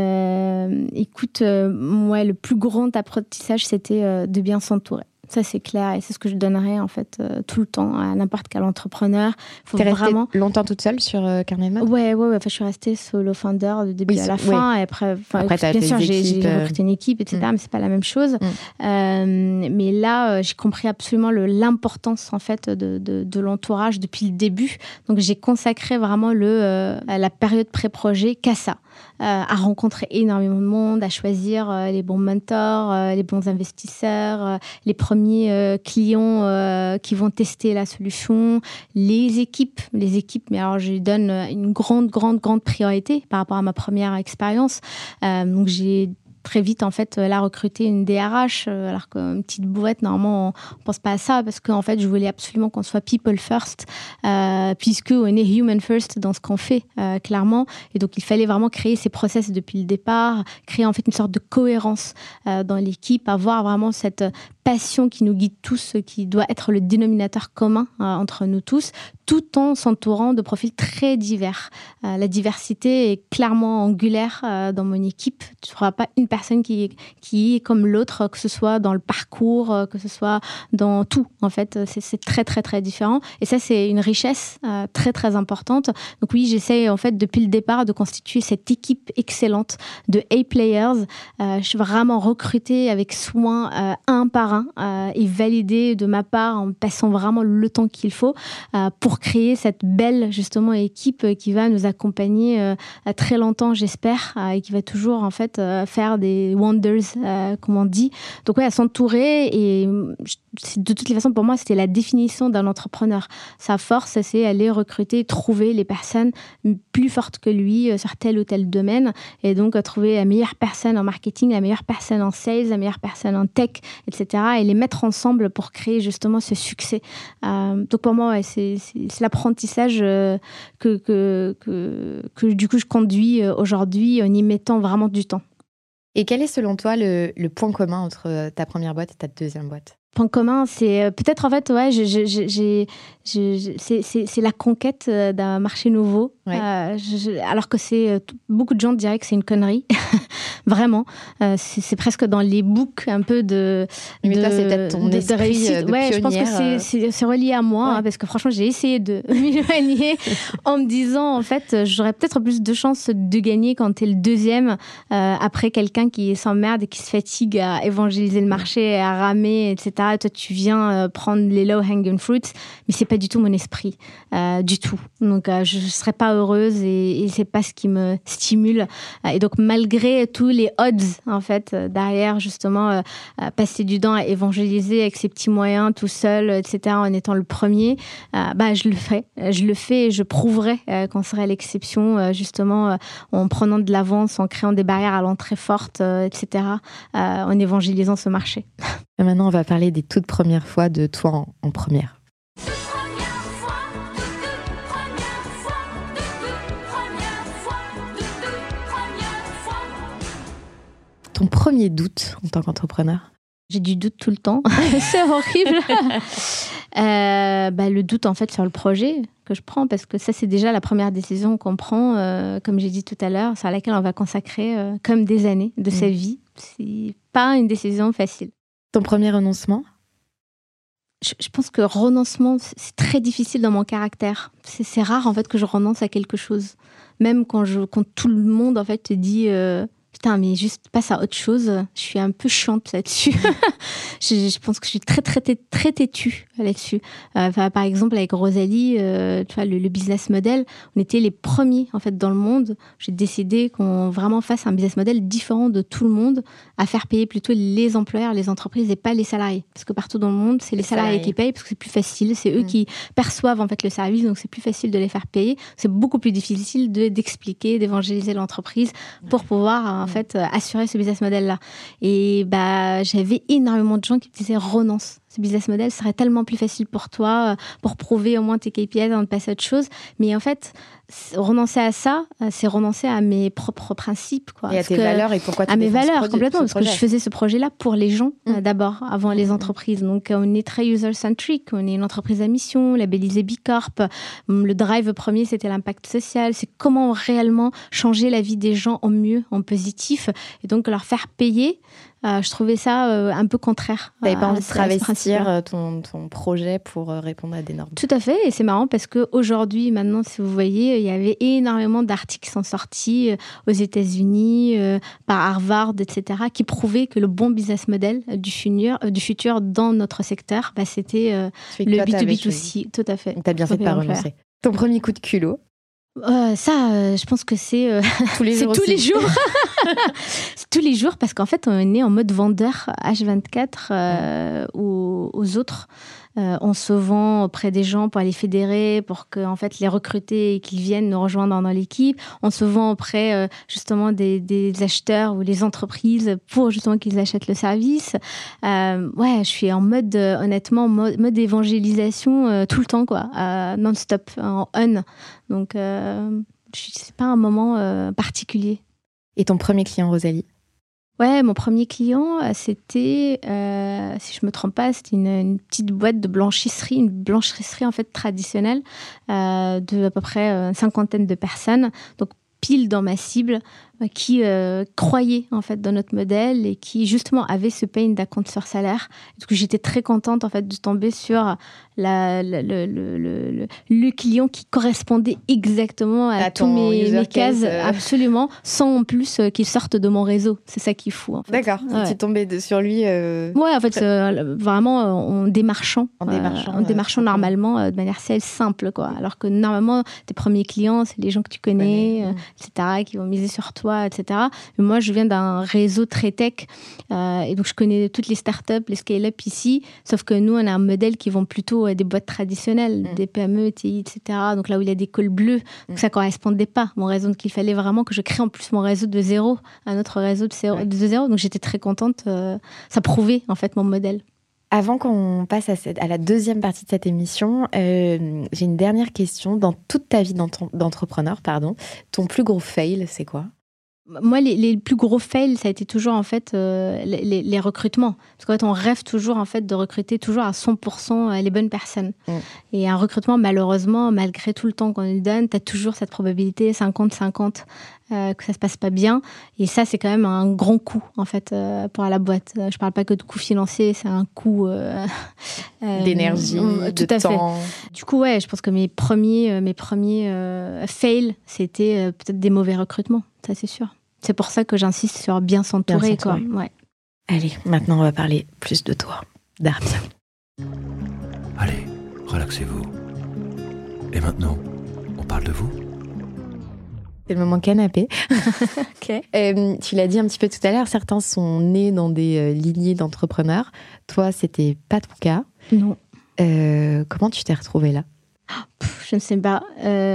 Euh, écoute, euh, moi, le plus grand apprentissage, c'était euh, de bien s'entourer. Ça, c'est clair, et c'est ce que je donnerais en fait euh, tout le temps à n'importe quel entrepreneur. Faut T'es vraiment restée longtemps toute seule sur euh, Carnet de Mode ? Ouais, ouais, ouais. Enfin, je suis restée solo founder du début oui, à la fin, ouais. et après, après bien sûr, j'ai, j'ai recruté une équipe, et cetera. Mm. Mais c'est pas la même chose. Mm. Euh, mais là, euh, j'ai compris absolument le, l'importance en fait de, de, de l'entourage depuis le début. Donc, j'ai consacré vraiment le euh, la période pré-projet qu'à ça. Euh, à rencontrer énormément de monde, à choisir euh, les bons mentors, euh, les bons investisseurs, euh, les premiers euh, clients euh, qui vont tester la solution, les équipes, les équipes. Mais alors, je lui donne une grande, grande, grande priorité par rapport à ma première expérience. Euh, donc, j'ai très vite, en fait, là, recruter une D R H, euh, alors qu'une petite boîte, normalement, on ne pense pas à ça, parce qu'en fait, je voulais absolument qu'on soit people first, euh, puisqu'on est human first dans ce qu'on fait, euh, clairement. Et donc, il fallait vraiment créer ces process depuis le départ, créer, en fait, une sorte de cohérence euh, dans l'équipe, avoir vraiment cette passion qui nous guide tous, qui doit être le dénominateur commun euh, entre nous tous, tout en s'entourant de profils très divers. Euh, la diversité est clairement angulaire euh, dans mon équipe. Tu ne trouveras pas une personne qui, qui est comme l'autre, que ce soit dans le parcours, euh, que ce soit dans tout. En fait, c'est, c'est très, très, très différent. Et ça, c'est une richesse euh, très, très importante. Donc oui, j'essaie, en fait, depuis le départ, de constituer cette équipe excellente de A-players. Euh, je suis vraiment recrutée avec soin, euh, un par un, euh, et validée de ma part en passant vraiment le temps qu'il faut euh, pour créer cette belle, justement, équipe qui va nous accompagner euh, très longtemps, j'espère, euh, et qui va toujours, en fait, euh, faire des wonders, euh, comme on dit. Donc, ouais, à s'entourer, et de toutes les façons, pour moi, c'était la définition d'un entrepreneur. Sa force, c'est aller recruter, trouver les personnes plus fortes que lui euh, sur tel ou tel domaine, et donc euh, trouver la meilleure personne en marketing, la meilleure personne en sales, la meilleure personne en tech, et cetera, et les mettre ensemble pour créer justement ce succès. Euh, donc, pour moi, ouais, c'est, c'est, c'est l'apprentissage euh, que, que, que, que, du coup, je conduis euh, aujourd'hui en y mettant vraiment du temps. Et quel est, selon toi, le, le point commun entre ta première boîte et ta deuxième boîte ? Point commun, c'est peut-être en fait, ouais, j'ai, j'ai, j'ai, j'ai, c'est, c'est, c'est la conquête d'un marché nouveau. Ouais. Euh, je, alors que c'est beaucoup de gens diraient que c'est une connerie Vraiment. Euh, c'est, c'est presque dans les books un peu de... Mais de, toi, c'est peut-être ton de, esprit de réussite. de ouais, je pense que c'est, c'est, c'est relié à moi, ouais. hein, parce que franchement, j'ai essayé de m'éloigner en me disant, en fait, j'aurais peut-être plus de chances de gagner quand t'es le deuxième, euh, après quelqu'un qui s'emmerde et qui se fatigue à évangéliser le marché, à ramer, et cetera. Et toi, tu viens euh, prendre les low-hanging fruits, mais c'est pas du tout mon esprit, euh, du tout. Donc, euh, je, je serais pas heureuse et, et c'est pas ce qui me stimule. Euh, et donc, malgré tous les odds, en fait, euh, derrière, justement, euh, euh, passer du temps à évangéliser avec ses petits moyens, tout seul, et cetera, en étant le premier, euh, bah, je le fais. Je le fais et je prouverai euh, qu'on serait l'exception, euh, justement, euh, en prenant de l'avance, en créant des barrières à l'entrée forte, euh, et cetera, euh, en évangélisant ce marché. Et maintenant, on va parler des toutes premières fois de toi en, en première. Ton premier doute en tant qu'entrepreneur? J'ai du doute tout le temps. C'est horrible. euh, bah, le doute, en fait, sur le projet que je prends, parce que ça, c'est déjà la première décision qu'on prend, euh, comme j'ai dit tout à l'heure, sur laquelle on va consacrer euh, comme des années de mmh. sa vie. C'est pas une décision facile. Ton premier renoncement? je, je pense que renoncement, c'est très difficile dans mon caractère. C'est, c'est rare, en fait, que je renonce à quelque chose. Même quand, je, quand tout le monde, en fait, te dit... Euh, Putain, mais juste passe à autre chose. Je suis un peu chiante là-dessus. je, je pense que je suis très, très, très, très têtue là-dessus. Euh, par exemple, avec Rosalie, euh, tu vois, le, le business model, on était les premiers, en fait, dans le monde. J'ai décidé qu'on vraiment fasse un business model différent de tout le monde, à faire payer plutôt les employeurs, les entreprises et pas les salariés. Parce que partout dans le monde, c'est les, les salariés, salariés qui payent parce que c'est plus facile. C'est eux mmh. qui perçoivent, en fait, le service, donc c'est plus facile de les faire payer. C'est beaucoup plus difficile de, d'expliquer, d'évangéliser l'entreprise pour pouvoir... en fait, euh, assurer ce business model-là. Et bah, j'avais énormément de gens qui me disaient « renonce ». Ce business model serait tellement plus facile pour toi, euh, pour prouver au moins tes K P I avant de passer à autre chose. Mais en fait, renoncer à ça, euh, c'est renoncer à mes propres principes. Quoi. Et à tes que, valeurs et pourquoi tu À mes valeurs, produit, complètement. Parce projet. que je faisais ce projet-là pour les gens, mmh. euh, d'abord, avant mmh. les entreprises. Donc, euh, on est très user-centric. On est une entreprise à mission, labellisée B Corp. Le drive premier, c'était l'impact social. C'est comment réellement changer la vie des gens en mieux, en positif. Et donc, leur faire payer... Euh, je trouvais ça euh, un peu contraire. Tu n'avais pas envie de travestir ton, ton projet pour euh, répondre à des normes. Tout à fait, et c'est marrant parce qu'aujourd'hui, maintenant, si vous voyez, il y avait énormément d'articles qui sont sortis euh, aux États-Unis, euh, par Harvard, et cetera, qui prouvaient que le bon business model du futur, euh, du futur dans notre secteur, bah, c'était euh, le B deux B deux C. Tout à fait. Tu as bien fait de ne pas renoncer. Ton premier coup de culot? Euh, ça, euh, je pense que c'est euh, tous les c'est jours. Tous les jours. C'est tous les jours parce qu'en fait, on est en mode vendeur H vingt-quatre euh, aux, aux autres. Euh, on se vend auprès des gens pour les fédérer, pour que, en fait, les recruter et qu'ils viennent nous rejoindre dans l'équipe. On se vend auprès euh, justement des, des acheteurs ou les entreprises pour justement qu'ils achètent le service. Euh, ouais, je suis en mode, euh, honnêtement, mode, mode évangélisation euh, tout le temps, quoi, euh, non-stop, en on. Donc, euh, c'est pas un moment euh, particulier. Et ton premier client, Rosalie? Ouais, mon premier client, c'était, euh, si je me trompe pas, c'était une, une petite boîte de blanchisserie, une blanchisserie en fait traditionnelle, euh, de à peu près une cinquantaine de personnes. Donc pile dans ma cible, euh, qui euh, croyait en fait dans notre modèle et qui justement avait ce pain d'acompte sur salaire. Donc j'étais très contente en fait de tomber sur la, la, le, le, le, le client qui correspondait exactement à, à tous mes, mes cases, euh... absolument, sans en plus euh, qu'il sorte de mon réseau. C'est ça qui est fou. En fait. D'accord. Ouais. Tu es tombée de, sur lui. Euh... Ouais, en fait, euh, vraiment en démarchant, en démarchant, euh, en démarchant euh, normalement euh, de manière sales simple, quoi. Alors que normalement tes premiers clients, c'est les gens que tu connais, ouais. euh, et cetera, qui vont miser sur toi, et cetera. Mais moi, je viens d'un réseau très tech, euh, et donc je connais toutes les startups, les scale-up ici. Sauf que nous, on a un modèle qui vont plutôt à des boîtes traditionnelles, mmh. des P M E, T I, et cetera. Donc là où il y a des cols bleus, donc mmh. ça correspondait pas à mon réseau. Donc il fallait vraiment que je crée en plus mon réseau de zéro, un autre réseau de zéro. Ouais. De zéro. Donc j'étais très contente. Euh, ça prouvait en fait mon modèle. Avant qu'on passe à, cette, à la deuxième partie de cette émission, euh, j'ai une dernière question. Dans toute ta vie d'entrepreneur, pardon, ton plus gros fail, c'est quoi ? Moi, les, les plus gros fails, ça a été toujours en fait euh, les, les recrutements. Parce qu'en fait, on rêve toujours en fait de recruter toujours à cent pour cent les bonnes personnes. Mmh. Et un recrutement, malheureusement, malgré tout le temps qu'on lui donne, tu as toujours cette probabilité cinquante cinquante euh, que ça se passe pas bien. Et ça, c'est quand même un grand coût, en fait, euh, pour la boîte. Je parle pas que de coût financier, c'est un coût... Euh, euh, d'énergie, euh, de tout à temps. Fait. Du coup, ouais, je pense que mes premiers, mes premiers euh, fails, c'était euh, peut-être des mauvais recrutements, ça c'est sûr. C'est pour ça que j'insiste sur bien s'entourer, bien s'entourer. Quoi. Ouais. Allez, maintenant on va parler plus de toi, Darbia. Allez, relaxez-vous. Et maintenant, on parle de vous ? C'est le moment canapé. Okay. Euh, tu l'as dit un petit peu tout à l'heure, certains sont nés dans des euh, lignées d'entrepreneurs. Toi, c'était pas ton cas. Non. Euh, comment tu t'es retrouvée là ? Pff, je ne sais pas.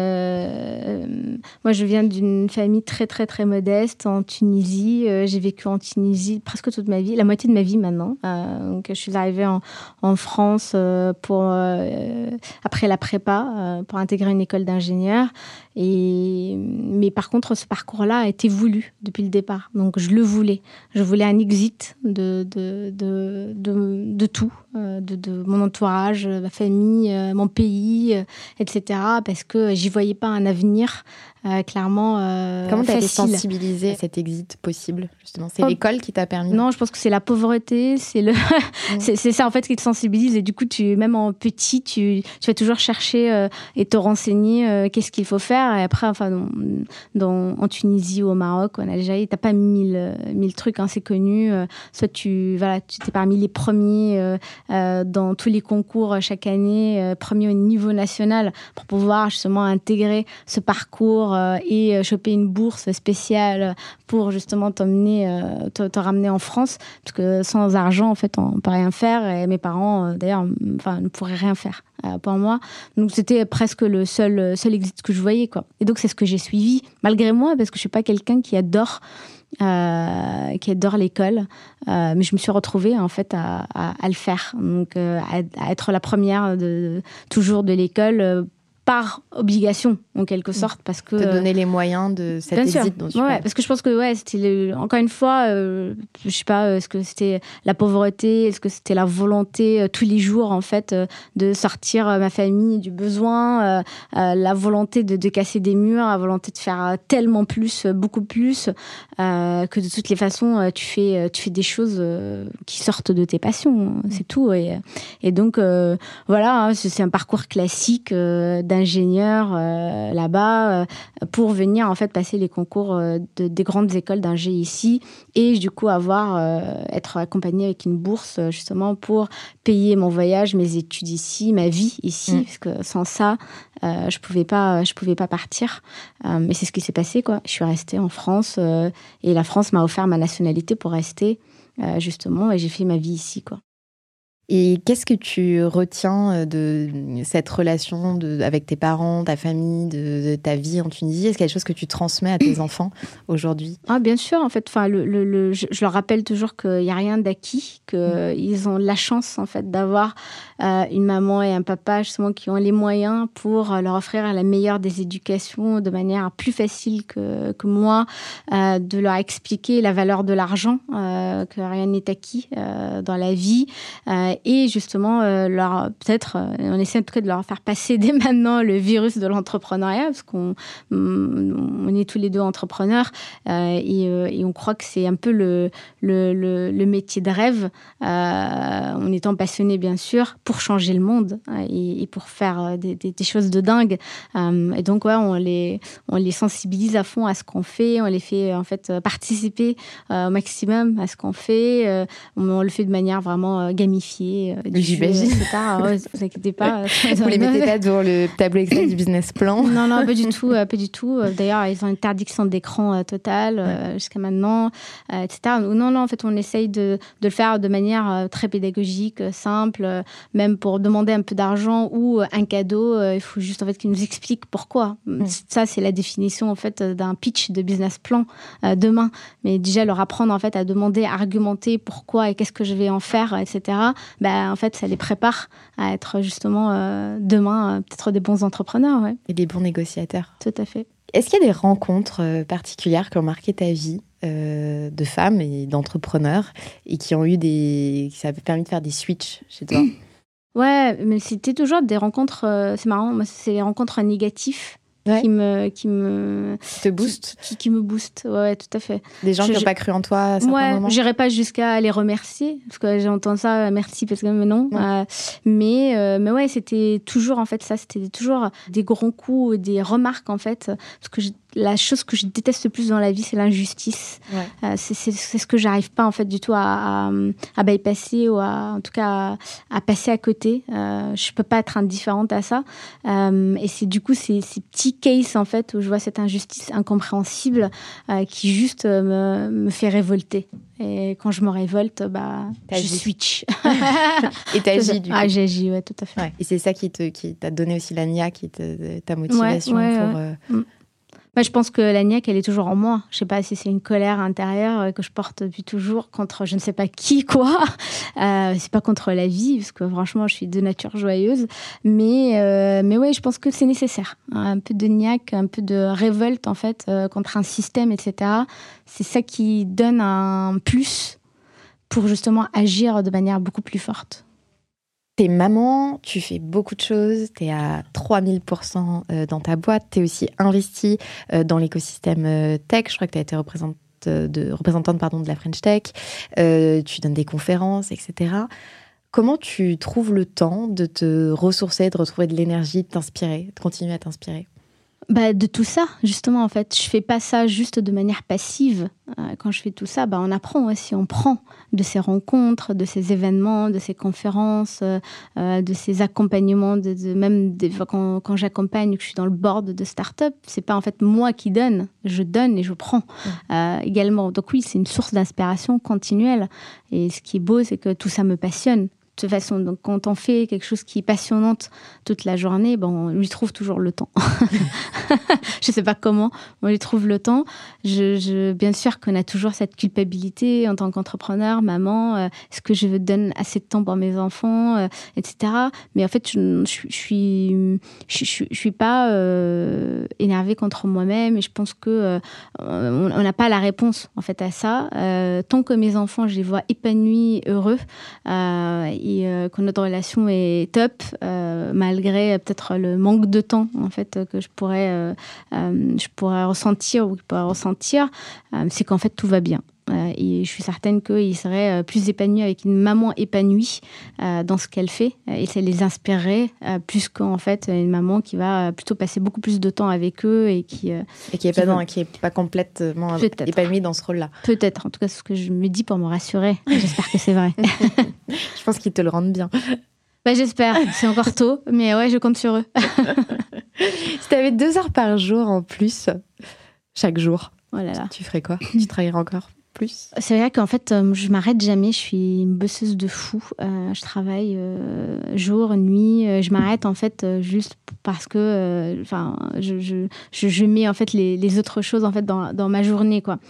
Euh, moi, je viens d'une famille très, très, très modeste en Tunisie. Euh, j'ai vécu en Tunisie presque toute ma vie, la moitié de ma vie maintenant. Euh, donc, je suis arrivée en, en France euh, pour, euh, après la prépa euh, pour intégrer une école d'ingénieur. Et, mais par contre, ce parcours-là a été voulu depuis le départ. Donc, je le voulais. Je voulais un exit de, de, de, de, de tout, euh, de, de mon entourage, ma famille, euh, mon pays, euh, et cetera. Parce que j'y voyais pas un avenir euh, clairement euh, Comment tu as été facile. sensibilisée à cet exit possible, justement ? C'est oh, l'école qui t'a permis ? Non, je pense que c'est la pauvreté, c'est, le mmh. c'est, c'est ça en fait qui te sensibilise. Et du coup, tu, même en petit, tu, tu vas toujours chercher euh, et te renseigner euh, qu'est-ce qu'il faut faire. Et après, enfin, dans, dans, en Tunisie ou au Maroc, en Algérie, t'as pas mille, mille trucs, hein, c'est connu. Euh, soit tu, voilà, tu t'es parmi les premiers euh, euh, dans tous les concours chaque année, euh, premier au niveau national, pour pouvoir justement intégrer ce parcours euh, et choper une bourse spéciale pour justement t'emmener, euh, te, te ramener en France, parce que sans argent, en fait, on peut rien faire. Et mes parents, euh, d'ailleurs, enfin, ne pourraient rien faire euh, pour moi. Donc c'était presque le seul, seul exit que je voyais, quoi. Et donc c'est ce que j'ai suivi, malgré moi, parce que je suis pas quelqu'un qui adore. Euh, qui adore l'école, euh, mais je me suis retrouvée en fait à, à, à le faire, donc euh, à, à être la première de, de, toujours de l'école euh, par obligation en quelque sorte, parce que te donner les moyens de cet exit dont tu ouais, parles. Parce que je pense que ouais, c'était le, encore une fois, euh, je sais pas, est-ce que c'était la pauvreté, est-ce que c'était la volonté euh, tous les jours en fait euh, de sortir euh, ma famille du besoin, euh, euh, la volonté de, de casser des murs, la volonté de faire tellement plus, beaucoup plus, euh, que de toutes les façons euh, tu fais, tu fais des choses euh, qui sortent de tes passions, hein, c'est tout. Et, et donc euh, voilà, hein, c'est un parcours classique euh, d'un ingénieur euh, là-bas euh, pour venir en fait passer les concours euh, de, des grandes écoles d'ingé ici et du coup avoir euh, être accompagnée avec une bourse justement pour payer mon voyage, mes études ici, ma vie ici, mmh. parce que sans ça euh, je pouvais pas je pouvais pas partir. Euh, mais c'est ce qui s'est passé, quoi. Je suis restée en France euh, et la France m'a offert ma nationalité pour rester euh, justement, et j'ai fait ma vie ici, quoi. Et qu'est-ce que tu retiens de cette relation de, avec tes parents, ta famille, de, de ta vie en Tunisie ? Est-ce qu'il y a des choses que tu transmets à tes enfants aujourd'hui ? Ah, bien sûr, en fait. Enfin, le, le, le, je, je leur rappelle toujours qu'il n'y a rien d'acquis, qu'ils ont la chance en fait, d'avoir euh, une maman et un papa justement, qui ont les moyens pour leur offrir la meilleure des éducations de manière plus facile que, que moi, euh, de leur expliquer la valeur de l'argent, euh, que rien n'est acquis euh, dans la vie. Euh, Et justement, euh, leur, peut-être, euh, on essaie en tout cas de leur faire passer dès maintenant le virus de l'entrepreneuriat, parce qu'on on est tous les deux entrepreneurs euh, et, euh, et on croit que c'est un peu le, le, le, le métier de rêve, euh, en étant passionné bien sûr, pour changer le monde euh, et, et pour faire des, des, des choses de dingue. Euh, et donc, ouais, on les, on les sensibilise à fond à ce qu'on fait, on les fait en fait participer euh, au maximum à ce qu'on fait, euh, on, on le fait de manière vraiment euh, gamifiée. J'imagine. et cetera. Ouais, vous inquiétez pas. Vous les mettez pas devant le tableau Excel du business plan ? Non, non, pas du tout, pas du tout. D'ailleurs, ils ont une interdiction d'écran euh, totale euh, jusqu'à maintenant, euh, et cetera. Non, non, en fait, on essaye de, de le faire de manière euh, très pédagogique, euh, simple, euh, même pour demander un peu d'argent ou euh, un cadeau. Euh, il faut juste en fait qu'ils nous expliquent pourquoi. Mm. Ça, c'est la définition en fait d'un pitch de business plan euh, demain. Mais déjà leur apprendre en fait à demander, à argumenter pourquoi et qu'est-ce que je vais en faire, et cetera. Ben, en fait, ça les prépare à être justement euh, demain euh, peut-être des bons entrepreneurs. Ouais. Et des bons négociateurs. Tout à fait. Est-ce qu'il y a des rencontres euh, particulières qui ont marqué ta vie euh, de femme et d'entrepreneur et qui ont eu des, qui ça a permis de faire des switches chez toi ? Ouais, mais c'était toujours des rencontres. Euh, c'est marrant, moi, c'est les rencontres négatives. ouais. qui me qui me qui te booste, qui, qui, qui me booste. Ouais, ouais, tout à fait. Des gens je, qui n'ont pas cru en toi à certains ouais, moments. J'irai pas jusqu'à les remercier parce que j'entends ça, merci parce que non. Ouais. Euh, mais euh, mais ouais, c'était toujours en fait ça, c'était toujours des grands coups, des remarques en fait, parce que je, la chose que je déteste le plus dans la vie, c'est l'injustice. Ouais. Euh, c'est, c'est, c'est ce que j'arrive pas en fait du tout à, à, à bypasser ou à, en tout cas à, à passer à côté. Euh, je peux pas être indifférente à ça. Euh, et c'est du coup ces, ces petits cases en fait où je vois cette injustice incompréhensible euh, qui juste euh, me, me fait révolter. Et quand je me révolte, bah, je switch. Et t'agis du coup. Ah, j'agis, ouais, tout à fait. Ouais. Et c'est ça qui, te, qui t'a donné aussi la N I A, qui te, ta motivation ouais, ouais, pour... Ouais. Euh... Mm. Bah, je pense que la niaque, elle est toujours en moi. Je sais pas si c'est une colère intérieure que je porte depuis toujours contre je ne sais pas qui, quoi. Euh, c'est pas contre la vie, parce que franchement, je suis de nature joyeuse. Mais, euh, mais ouais, je pense que c'est nécessaire. Un peu de niaque, un peu de révolte, en fait, euh, contre un système, et cetera. C'est ça qui donne un plus pour justement agir de manière beaucoup plus forte. T'es maman, tu fais beaucoup de choses, t'es à trois mille pour cent dans ta boîte, t'es aussi investie dans l'écosystème tech. Je crois que t'as été représentante de, représentante, pardon, de la French Tech. Euh, tu donnes des conférences, et cetera. Comment tu trouves le temps de te ressourcer, de retrouver de l'énergie, de t'inspirer, de continuer à t'inspirer ? Bah, de tout ça, justement, en fait. Je fais pas ça juste de manière passive. Euh, quand je fais tout ça, bah, on apprend aussi, on prend de ces rencontres, de ces événements, de ces conférences, euh, de ces accompagnements, de, de, même des fois quand, quand j'accompagne, que je suis dans le board de start-up, c'est pas en fait moi qui donne, je donne et je prends mmh. euh, également. Donc oui, c'est une source d'inspiration continuelle. Et ce qui est beau, c'est que tout ça me passionne. De toute façon, donc quand on fait quelque chose qui est passionnante toute la journée, ben on lui trouve toujours le temps. Je sais pas comment, on lui trouve le temps. Je, je, bien sûr qu'on a toujours cette culpabilité en tant qu'entrepreneur, maman, euh, est-ce que je donne assez de temps pour mes enfants, euh, et cetera. Mais en fait, je, je, je suis, je, je, je suis pas euh, énervée contre moi-même et je pense que euh, on n'a pas la réponse en fait à ça. Euh, tant que mes enfants, je les vois épanouis, heureux. Euh, et euh, que notre relation est top, euh, malgré euh, peut-être le manque de temps en fait que je pourrais, euh, euh, je pourrais ressentir ou qu'il pourrait ressentir, euh, c'est qu'en fait tout va bien. Euh, et je suis certaine qu'ils seraient plus épanouis avec une maman épanouie euh, dans ce qu'elle fait. Et ça les inspirerait euh, plus qu'en fait une maman qui va plutôt passer beaucoup plus de temps avec eux et qui euh, et qui n'est pas, va... pas complètement Peut-être. épanouie dans ce rôle-là. Peut-être. En tout cas, c'est ce que je me dis pour me rassurer. J'espère que c'est vrai. Je pense qu'ils te le rendent bien. Bah, j'espère. C'est encore tôt, mais ouais, je compte sur eux. Si tu avais deux heures par jour en plus, chaque jour, oh là là. Tu ferais quoi ? Tu travaillerais encore ? Plus. C'est vrai qu'en fait, euh, je m'arrête jamais. Je suis une bosseuse de fou. Euh, je travaille euh, jour, nuit. Euh, je m'arrête en fait euh, juste parce que, enfin, euh, je, je, je, je mets en fait les, les autres choses en fait dans, dans ma journée, quoi.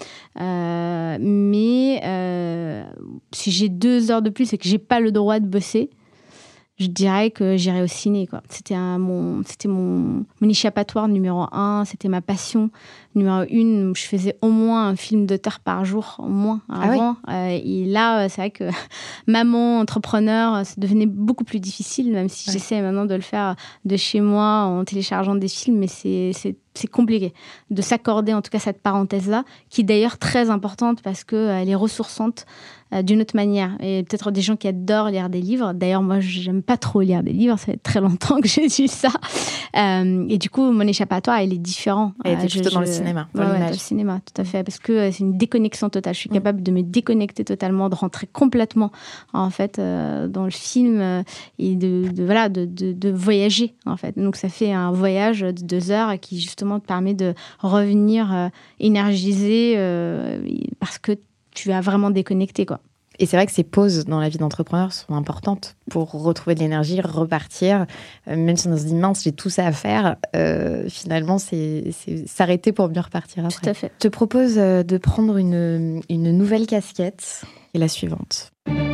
Euh, mais euh, si j'ai deux heures de plus et que j'ai pas le droit de bosser, je dirais que j'irais au ciné, quoi. C'était un, mon, c'était mon, mon échappatoire numéro un. C'était ma passion numéro une. Je faisais au moins un film d'auteur par jour, au moins, avant. Ah oui. euh, et là, c'est vrai que maman, entrepreneur, ça devenait beaucoup plus difficile, même si ouais. j'essaie maintenant de le faire de chez moi en téléchargeant des films, mais c'est, c'est, c'est compliqué de s'accorder, en tout cas, cette parenthèse-là, qui est d'ailleurs très importante parce qu'elle est ressourçante euh, d'une autre manière. Et peut-être des gens qui adorent lire des livres. D'ailleurs, moi, j'aime pas trop lire des livres. Ça fait très longtemps que j'ai dit ça. Euh, et du coup, mon échappatoire, il est différent. Et t'es euh, plutôt je, dans le cinéma, dans ouais, l'image. Ouais, dans le cinéma, tout à fait. Parce que c'est une déconnexion totale. Je suis mmh. capable de me déconnecter totalement, de rentrer complètement, en fait, euh, dans le film euh, et de, de, voilà, de, de, de voyager, en fait. Donc, ça fait un voyage de deux heures qui, justement, te permet de revenir euh, énergisé euh, parce que tu as vraiment déconnecté, quoi. Et c'est vrai que ces pauses dans la vie d'entrepreneur sont importantes pour retrouver de l'énergie, repartir. Euh, même si on se dit, mince, j'ai tout ça à faire, euh, finalement, c'est, c'est s'arrêter pour bien repartir après. Tout à fait. Je te propose de prendre une, une nouvelle casquette, qui est la suivante.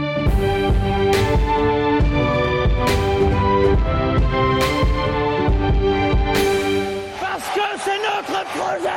Parce que c'est notre projet!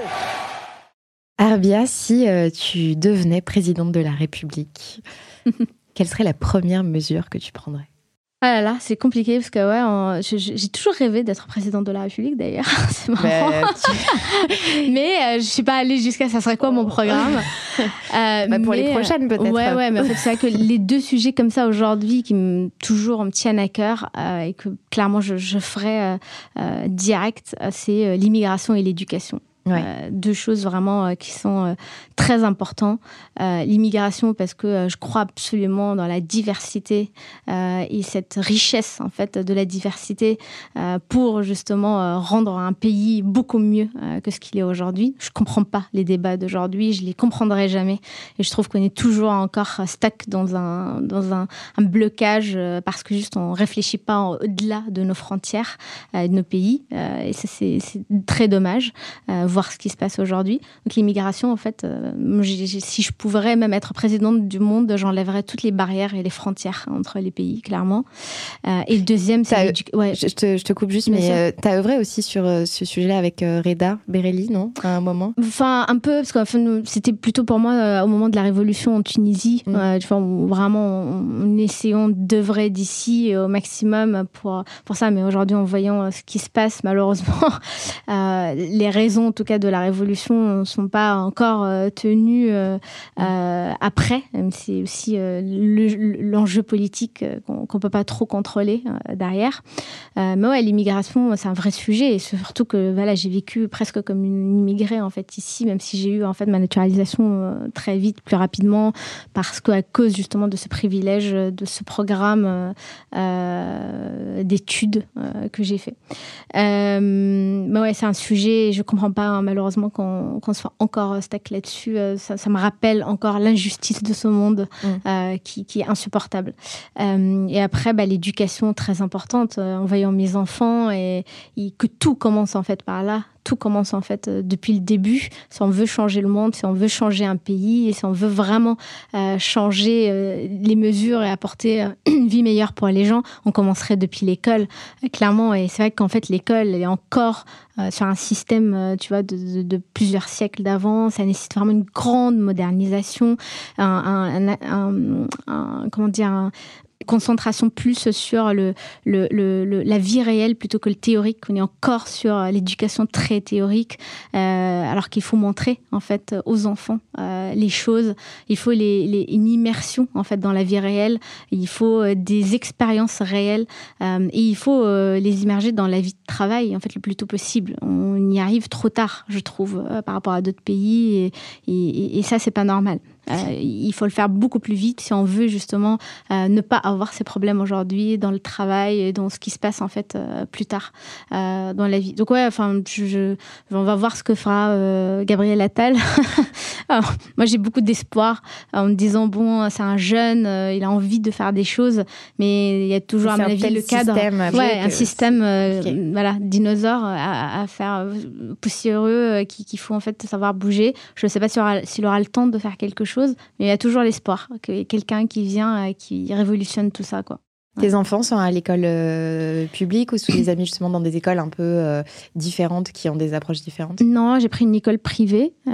Arbia, si euh, tu devenais présidente de la République, quelle serait la première mesure que tu prendrais ? Ah là là, c'est compliqué parce que ouais, on, je, j'ai toujours rêvé d'être présidente de la République d'ailleurs. C'est marrant. Mais, tu... mais euh, je suis pas allée jusqu'à ça serait quoi mon programme. Euh, bah pour mais, les prochaines peut-être. Ouais ouais, mais en fait c'est vrai que les deux sujets comme ça aujourd'hui qui me toujours me tiennent à cœur euh, et que clairement je, je ferai euh, euh, direct, c'est euh, l'immigration et l'éducation. Ouais. Euh, deux choses vraiment euh, qui sont euh, très importantes. Euh, l'immigration parce que euh, je crois absolument dans la diversité euh, et cette richesse en fait de la diversité euh, pour justement euh, rendre un pays beaucoup mieux euh, que ce qu'il est aujourd'hui. Je comprends pas les débats d'aujourd'hui, je les comprendrai jamais et je trouve qu'on est toujours encore stuck dans un dans un, un blocage euh, parce que juste on réfléchit pas en, au-delà de nos frontières euh, de nos pays euh, et ça c'est, c'est très dommage. Euh, voir ce qui se passe aujourd'hui. Donc l'immigration, en fait, euh, j'ai, j'ai, si je pouvais même être présidente du monde, j'enlèverais toutes les barrières et les frontières entre les pays, clairement. Euh, et le deuxième, c'est... L'édu- ouais. je, te, je te coupe juste, mais euh, tu as œuvré aussi sur euh, ce sujet-là avec euh, Reda Berelli, non ? À un moment ? Enfin, un peu, parce que enfin, c'était plutôt pour moi euh, au moment de la révolution en Tunisie. Mmh. Euh, enfin, vraiment, en essayant d'œuvrer d'ici au maximum pour, pour ça. Mais aujourd'hui, en voyant ce qui se passe, malheureusement, euh, les raisons, en tout cas, de la révolution ne sont pas encore euh, tenues euh, euh, après, même si c'est aussi euh, le, l'enjeu politique euh, qu'on ne peut pas trop contrôler euh, derrière. Euh, mais ouais, l'immigration, c'est un vrai sujet et surtout que voilà, j'ai vécu presque comme une immigrée en fait ici, même si j'ai eu en fait ma naturalisation euh, très vite, plus rapidement, parce qu'à cause justement de ce privilège, de ce programme euh, d'études euh, que j'ai fait. Euh, mais ouais, c'est un sujet, je ne comprends pas hein, malheureusement qu'on, qu'on soit encore stack là-dessus. Euh, ça, ça me rappelle encore l'injustice de ce monde mmh. euh, qui, qui est insupportable. Euh, et après, bah, l'éducation très importante euh, en voyant mes enfants et, et que tout commence en fait par là. Tout commence en fait euh, depuis le début. Si on veut changer le monde, si on veut changer un pays et si on veut vraiment euh, changer euh, les mesures et apporter euh, une vie meilleure pour les gens, on commencerait depuis l'école, euh, clairement. Et c'est vrai qu'en fait, l'école elle est encore euh, sur un système, euh, tu vois, de, de, de plusieurs siècles d'avant. Ça nécessite vraiment une grande modernisation, un, un, un, un, un comment dire, un, concentration plus sur le, le, le, le, la vie réelle plutôt que le théorique. On est encore sur l'éducation très théorique, euh, alors qu'il faut montrer en fait aux enfants euh, les choses. Il faut les, les, une immersion en fait dans la vie réelle. Il faut euh, des expériences réelles euh, et il faut euh, les immerger dans la vie de travail en fait le plus tôt possible. On y arrive trop tard, je trouve, euh, par rapport à d'autres pays et, et, et ça c'est pas normal. Euh, il faut le faire beaucoup plus vite si on veut justement euh, ne pas avoir ces problèmes aujourd'hui dans le travail et dans ce qui se passe en fait euh, plus tard euh, dans la vie. Donc ouais, enfin, je, je, on va voir ce que fera euh, Gabriel Attal. Alors, moi, j'ai beaucoup d'espoir en me disant bon, c'est un jeune, euh, il a envie de faire des choses, mais il y a toujours à mon avis le cadre, ouais, un système, euh, okay. voilà, dinosaure à, à faire poussiéreux, euh, qui, qu'il faut en fait savoir bouger. Je ne sais pas s'il aura, s'il aura le temps de faire quelque chose. Chose, mais il y a toujours l'espoir qu'il y ait quelqu'un qui vient et qui révolutionne tout ça, quoi. Tes ouais. enfants sont à l'école euh, publique ou sont des amis justement dans des écoles un peu euh, différentes qui ont des approches différentes ? Non, j'ai pris une école privée ouais.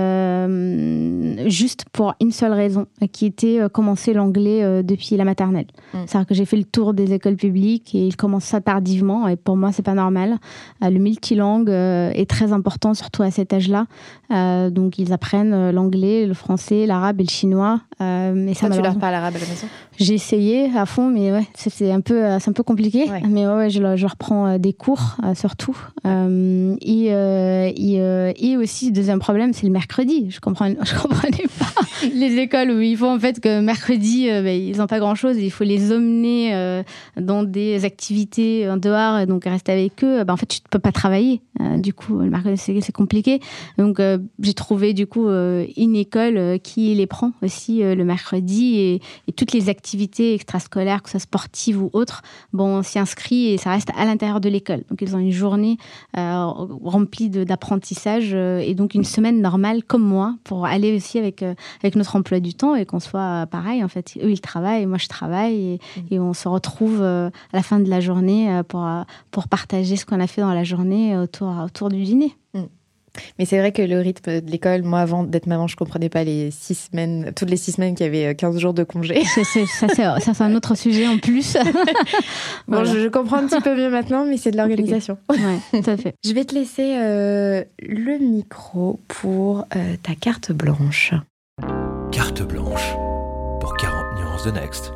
euh, juste pour une seule raison, qui était euh, commencer l'anglais euh, depuis la maternelle. Mm. C'est-à-dire que j'ai fait le tour des écoles publiques et ils commencent ça tardivement et pour moi c'est pas normal. Euh, le multilangue euh, est très important surtout à cet âge-là. Euh, donc ils apprennent euh, l'anglais, le français, l'arabe et le chinois. Euh, mais ça, ça tu leur parles arabe à la maison ? J'ai essayé à fond, mais ouais, c'est, c'est un peu, c'est un peu compliqué. Ouais. Mais ouais, ouais je, je reprends des cours euh, surtout. Euh, et, euh, et, euh, et aussi deuxième problème, c'est le mercredi. Je comprends, je comprenais pas les écoles où il faut en fait que mercredi, euh, bah, ils n'ont pas grand-chose. Il faut les emmener euh, dans des activités en dehors, donc rester avec eux. Bah, en fait, tu ne peux pas travailler. Euh, du coup, le mercredi, c'est, c'est compliqué. Donc, euh, j'ai trouvé du coup euh, une école euh, qui les prend aussi euh, le mercredi et, et toutes les activités extrascolaires, que ce soit sportives ou autres, bon, on s'y inscrit et ça reste à l'intérieur de l'école. Donc, ils ont une journée euh, remplie de, d'apprentissage euh, et donc une semaine normale comme moi pour aller aussi avec, euh, avec notre emploi du temps et qu'on soit pareil. En fait, eux, ils travaillent, moi, je travaille et, mmh. et on se retrouve euh, à la fin de la journée euh, pour, euh, pour partager ce qu'on a fait dans la journée autour, autour du dîner. Mmh. Mais c'est vrai que le rythme de l'école, moi, avant d'être maman, je comprenais pas les six semaines, toutes les six semaines qu'il y avait quinze jours de congé. C'est, c'est, ça, c'est, ça, c'est un autre sujet en plus. Bon, voilà. je, je comprends un petit peu mieux maintenant, mais c'est de l'organisation. Ouais, tout à fait. Je vais te laisser euh, le micro pour euh, ta carte blanche. Carte blanche pour quarante nuances de Next.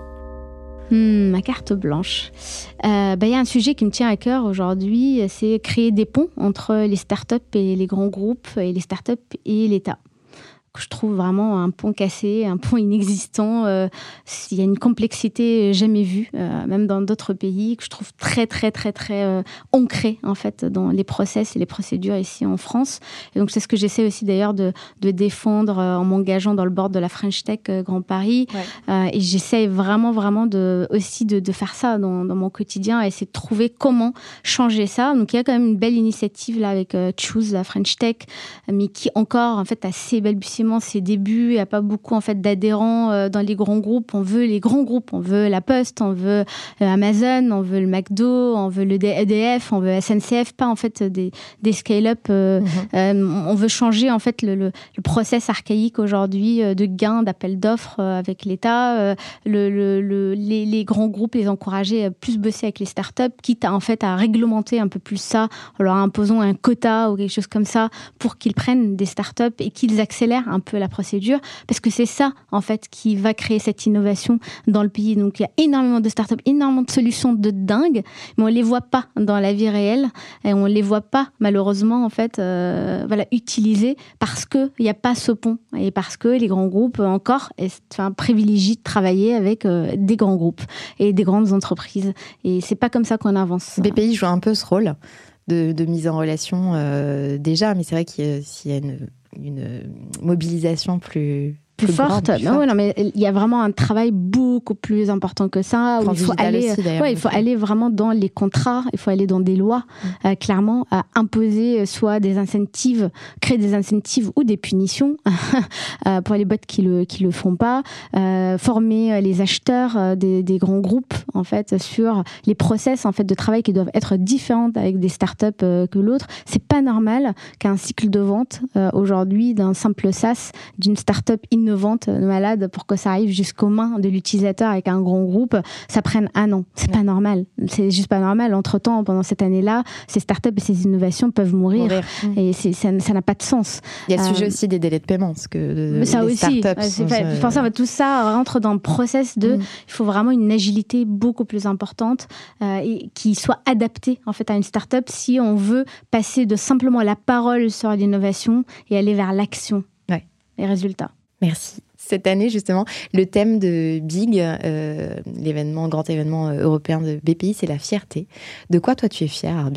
Mmh, ma carte blanche. Il euh, bah, y a un sujet qui me tient à cœur aujourd'hui, c'est créer des ponts entre les startups et les grands groupes, et les startups et l'État. Je trouve vraiment un pont cassé, un pont inexistant. Euh, il y a une complexité jamais vue, euh, même dans d'autres pays, que je trouve très, très, très, très euh, ancrée, en fait, dans les process et les procédures ici en France. Et donc, c'est ce que j'essaie aussi, d'ailleurs, de, de défendre euh, en m'engageant dans le board de la French Tech euh, Grand Paris. Ouais. Euh, et j'essaie vraiment, vraiment de, aussi de, de faire ça dans, dans mon quotidien, et essayer de trouver comment changer ça. Donc, il y a quand même une belle initiative, là, avec euh, Choose, la French Tech, mais qui, encore, en fait, assez balbutiement ses débuts, il n'y a pas beaucoup en fait d'adhérents euh, dans les grands groupes. On veut les grands groupes, on veut la Poste, on veut euh, Amazon, on veut le McDo, on veut le E D F, on veut S N C F, pas en fait des, des scale-up. Euh, mm-hmm. euh, on veut changer en fait le, le, le process archaïque aujourd'hui euh, de gain, d'appel d'offres euh, avec l'État. Euh, le, le, le, les, les grands groupes, les encourager à plus bosser avec les startups, quitte à en fait à réglementer un peu plus ça, en leur imposant un quota ou quelque chose comme ça pour qu'ils prennent des startups et qu'ils accélèrent un peu la procédure, parce que c'est ça en fait qui va créer cette innovation dans le pays. Donc il y a énormément de startups, énormément de solutions de dingue, mais on les voit pas dans la vie réelle et on les voit pas malheureusement en fait euh, voilà, utilisées parce que il y a pas ce pont et parce que les grands groupes encore enfin, privilégient de travailler avec euh, des grands groupes et des grandes entreprises, et c'est pas comme ça qu'on avance. B P I joue un peu ce rôle de, de mise en relation euh, déjà, mais c'est vrai qu'il y a, s'il y a une une mobilisation plus plus, plus forte. Grande, plus non, forte. Non, mais il y a vraiment un travail beaucoup plus important que ça. Où il faut aller, aussi, ouais, il faut aller vraiment dans les contrats, il faut aller dans des lois, mmh. euh, clairement, à imposer soit des incentives, créer des incentives ou des punitions euh, pour les boîtes qui le qui le font pas, euh, former les acheteurs euh, des, des grands groupes en fait sur les process en fait de travail qui doivent être différents avec des startups euh, que l'autre. C'est pas normal qu'un cycle de vente euh, aujourd'hui d'un simple SaaS d'une startup innovante malade pour que ça arrive jusqu'aux mains de l'utilisateur avec un grand groupe, ça prenne un an. C'est ouais. pas normal. C'est juste pas normal. Entre-temps, pendant cette année-là, ces startups et ces innovations peuvent mourir. mourir. Et c'est, ça, ça n'a pas de sens. Il y a le sujet euh, aussi des délais de paiement. Parce que de, ça les aussi. Startups c'est fait, euh... Pour ça, tout ça rentre dans le process de... Mm. Il faut vraiment une agilité beaucoup plus importante euh, et qui soit adaptée en fait, à une startup si on veut passer de simplement la parole sur l'innovation et aller vers l'action. Ouais. Les résultats. Merci. Cette année, justement, le thème de Big, euh, l'événement, grand événement européen de B P I, c'est la fierté. De quoi, toi, tu es fière, Arbia ?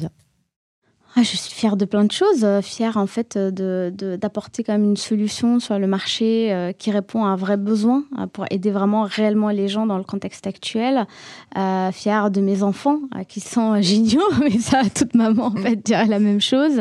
Ah, je suis fière de plein de choses. Fière, en fait, de, de, d'apporter quand même une solution sur le marché euh, qui répond à un vrai besoin euh, pour aider vraiment réellement les gens dans le contexte actuel. Euh, fière de mes enfants euh, qui sont géniaux, mais ça, toute maman, en fait, dirait la même chose.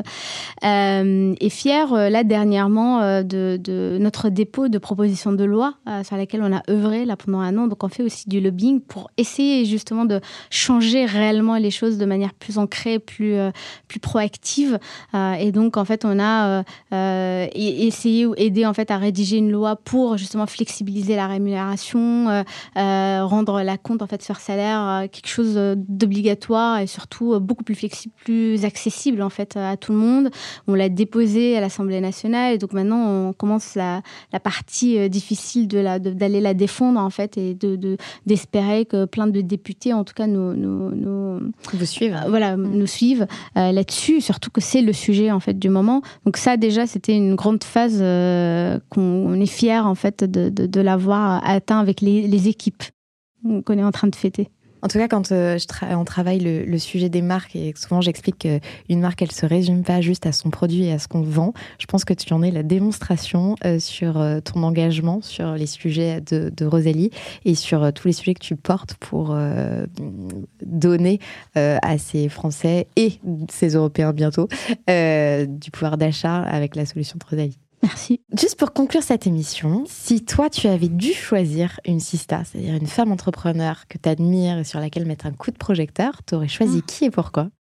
Euh, et fière, euh, là, dernièrement, euh, de, de notre dépôt de proposition de loi euh, sur laquelle on a œuvré là, pendant un an. Donc, on fait aussi du lobbying pour essayer justement de changer réellement les choses de manière plus ancrée, plus, euh, plus proactive. active euh, et donc en fait on a euh, euh, essayé ou aidé en fait à rédiger une loi pour justement flexibiliser la rémunération, euh, euh, rendre la compte en fait sur salaire euh, quelque chose d'obligatoire et surtout euh, beaucoup plus flexible, plus accessible en fait à tout le monde. On l'a déposé à l'Assemblée nationale et donc maintenant on commence la, la partie euh, difficile de la, de, d'aller la défendre en fait et de, de d'espérer que plein de députés en tout cas nous nous, nous vous suivent euh, voilà mmh. nous suivent euh, là-dessus. Surtout que c'est le sujet en fait du moment. Donc ça déjà c'était une grande phase euh, qu'on on est fier en fait de, de, de l'avoir atteint avec les, les équipes qu'on est en train de fêter. En tout cas, quand euh, je tra- on travaille le, le sujet des marques, et souvent j'explique qu'une marque, elle ne se résume pas juste à son produit et à ce qu'on vend. Je pense que tu en es la démonstration euh, sur euh, ton engagement, sur les sujets de, de Rosalie et sur euh, tous les sujets que tu portes pour euh, donner euh, à ces Français et ces Européens bientôt euh, du pouvoir d'achat avec la solution de Rosalie. Merci. Juste pour conclure cette émission, si toi, tu avais dû choisir une sista, c'est-à-dire une femme entrepreneur que tu admires et sur laquelle mettre un coup de projecteur, tu aurais choisi ah. qui et pourquoi ?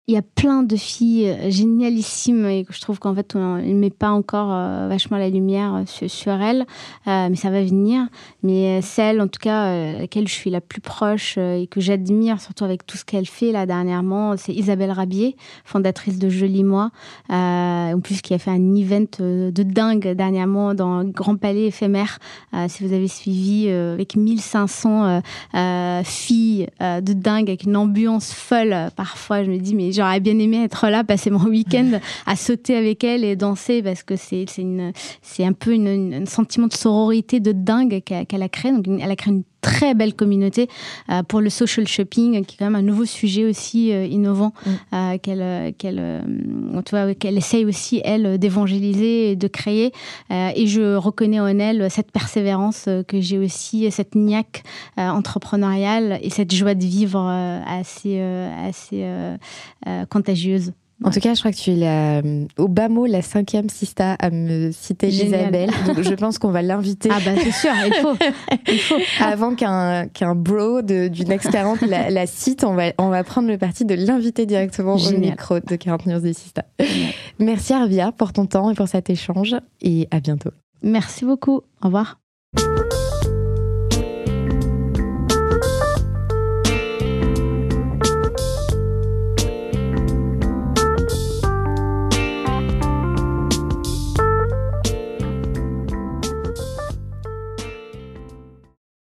Il y a plein de filles génialissimes et que je trouve qu'en fait, on ne met pas encore euh, vachement la lumière sur, sur elles, euh, mais ça va venir. Mais celle, en tout cas, euh, à laquelle je suis la plus proche euh, et que j'admire, surtout avec tout ce qu'elle fait là dernièrement, c'est Isabelle Rabier, fondatrice de Joli Moi, euh, en plus qui a fait un event euh, de dingue dernièrement dans un grand palais éphémère. Euh, si vous avez suivi, euh, avec mille cinq cents euh, euh, filles euh, de dingue, avec une ambiance folle. Parfois, je me dis, mais j'aurais bien aimé être là, passer mon week-end à sauter avec elle et danser parce que c'est, c'est, une, c'est un peu une, une, un sentiment de sororité de dingue qu'elle, qu'elle a créé. Donc, elle a créé une très belle communauté euh, pour le social shopping, qui est quand même un nouveau sujet aussi euh, innovant mmh. euh, qu'elle, qu'elle, euh, tu vois, qu'elle essaye aussi, elle, d'évangéliser et de créer. Euh, et je reconnais en elle cette persévérance euh, que j'ai aussi, cette niaque euh, entrepreneuriale et cette joie de vivre euh, assez, euh, assez euh, euh, contagieuse. En ouais. tout cas, je crois que tu es la, au bas mot la cinquième sista à me citer Génial. Isabelle. Donc, je pense qu'on va l'inviter. Ah bah c'est sûr, il faut. Il faut. Avant qu'un, qu'un bro de, du Next quarante la, la cite, on va, on va prendre le parti de l'inviter directement Génial. Au micro de quarante News des Sista. Génial. Merci Arbia pour ton temps et pour cet échange et à bientôt. Merci beaucoup. Au revoir.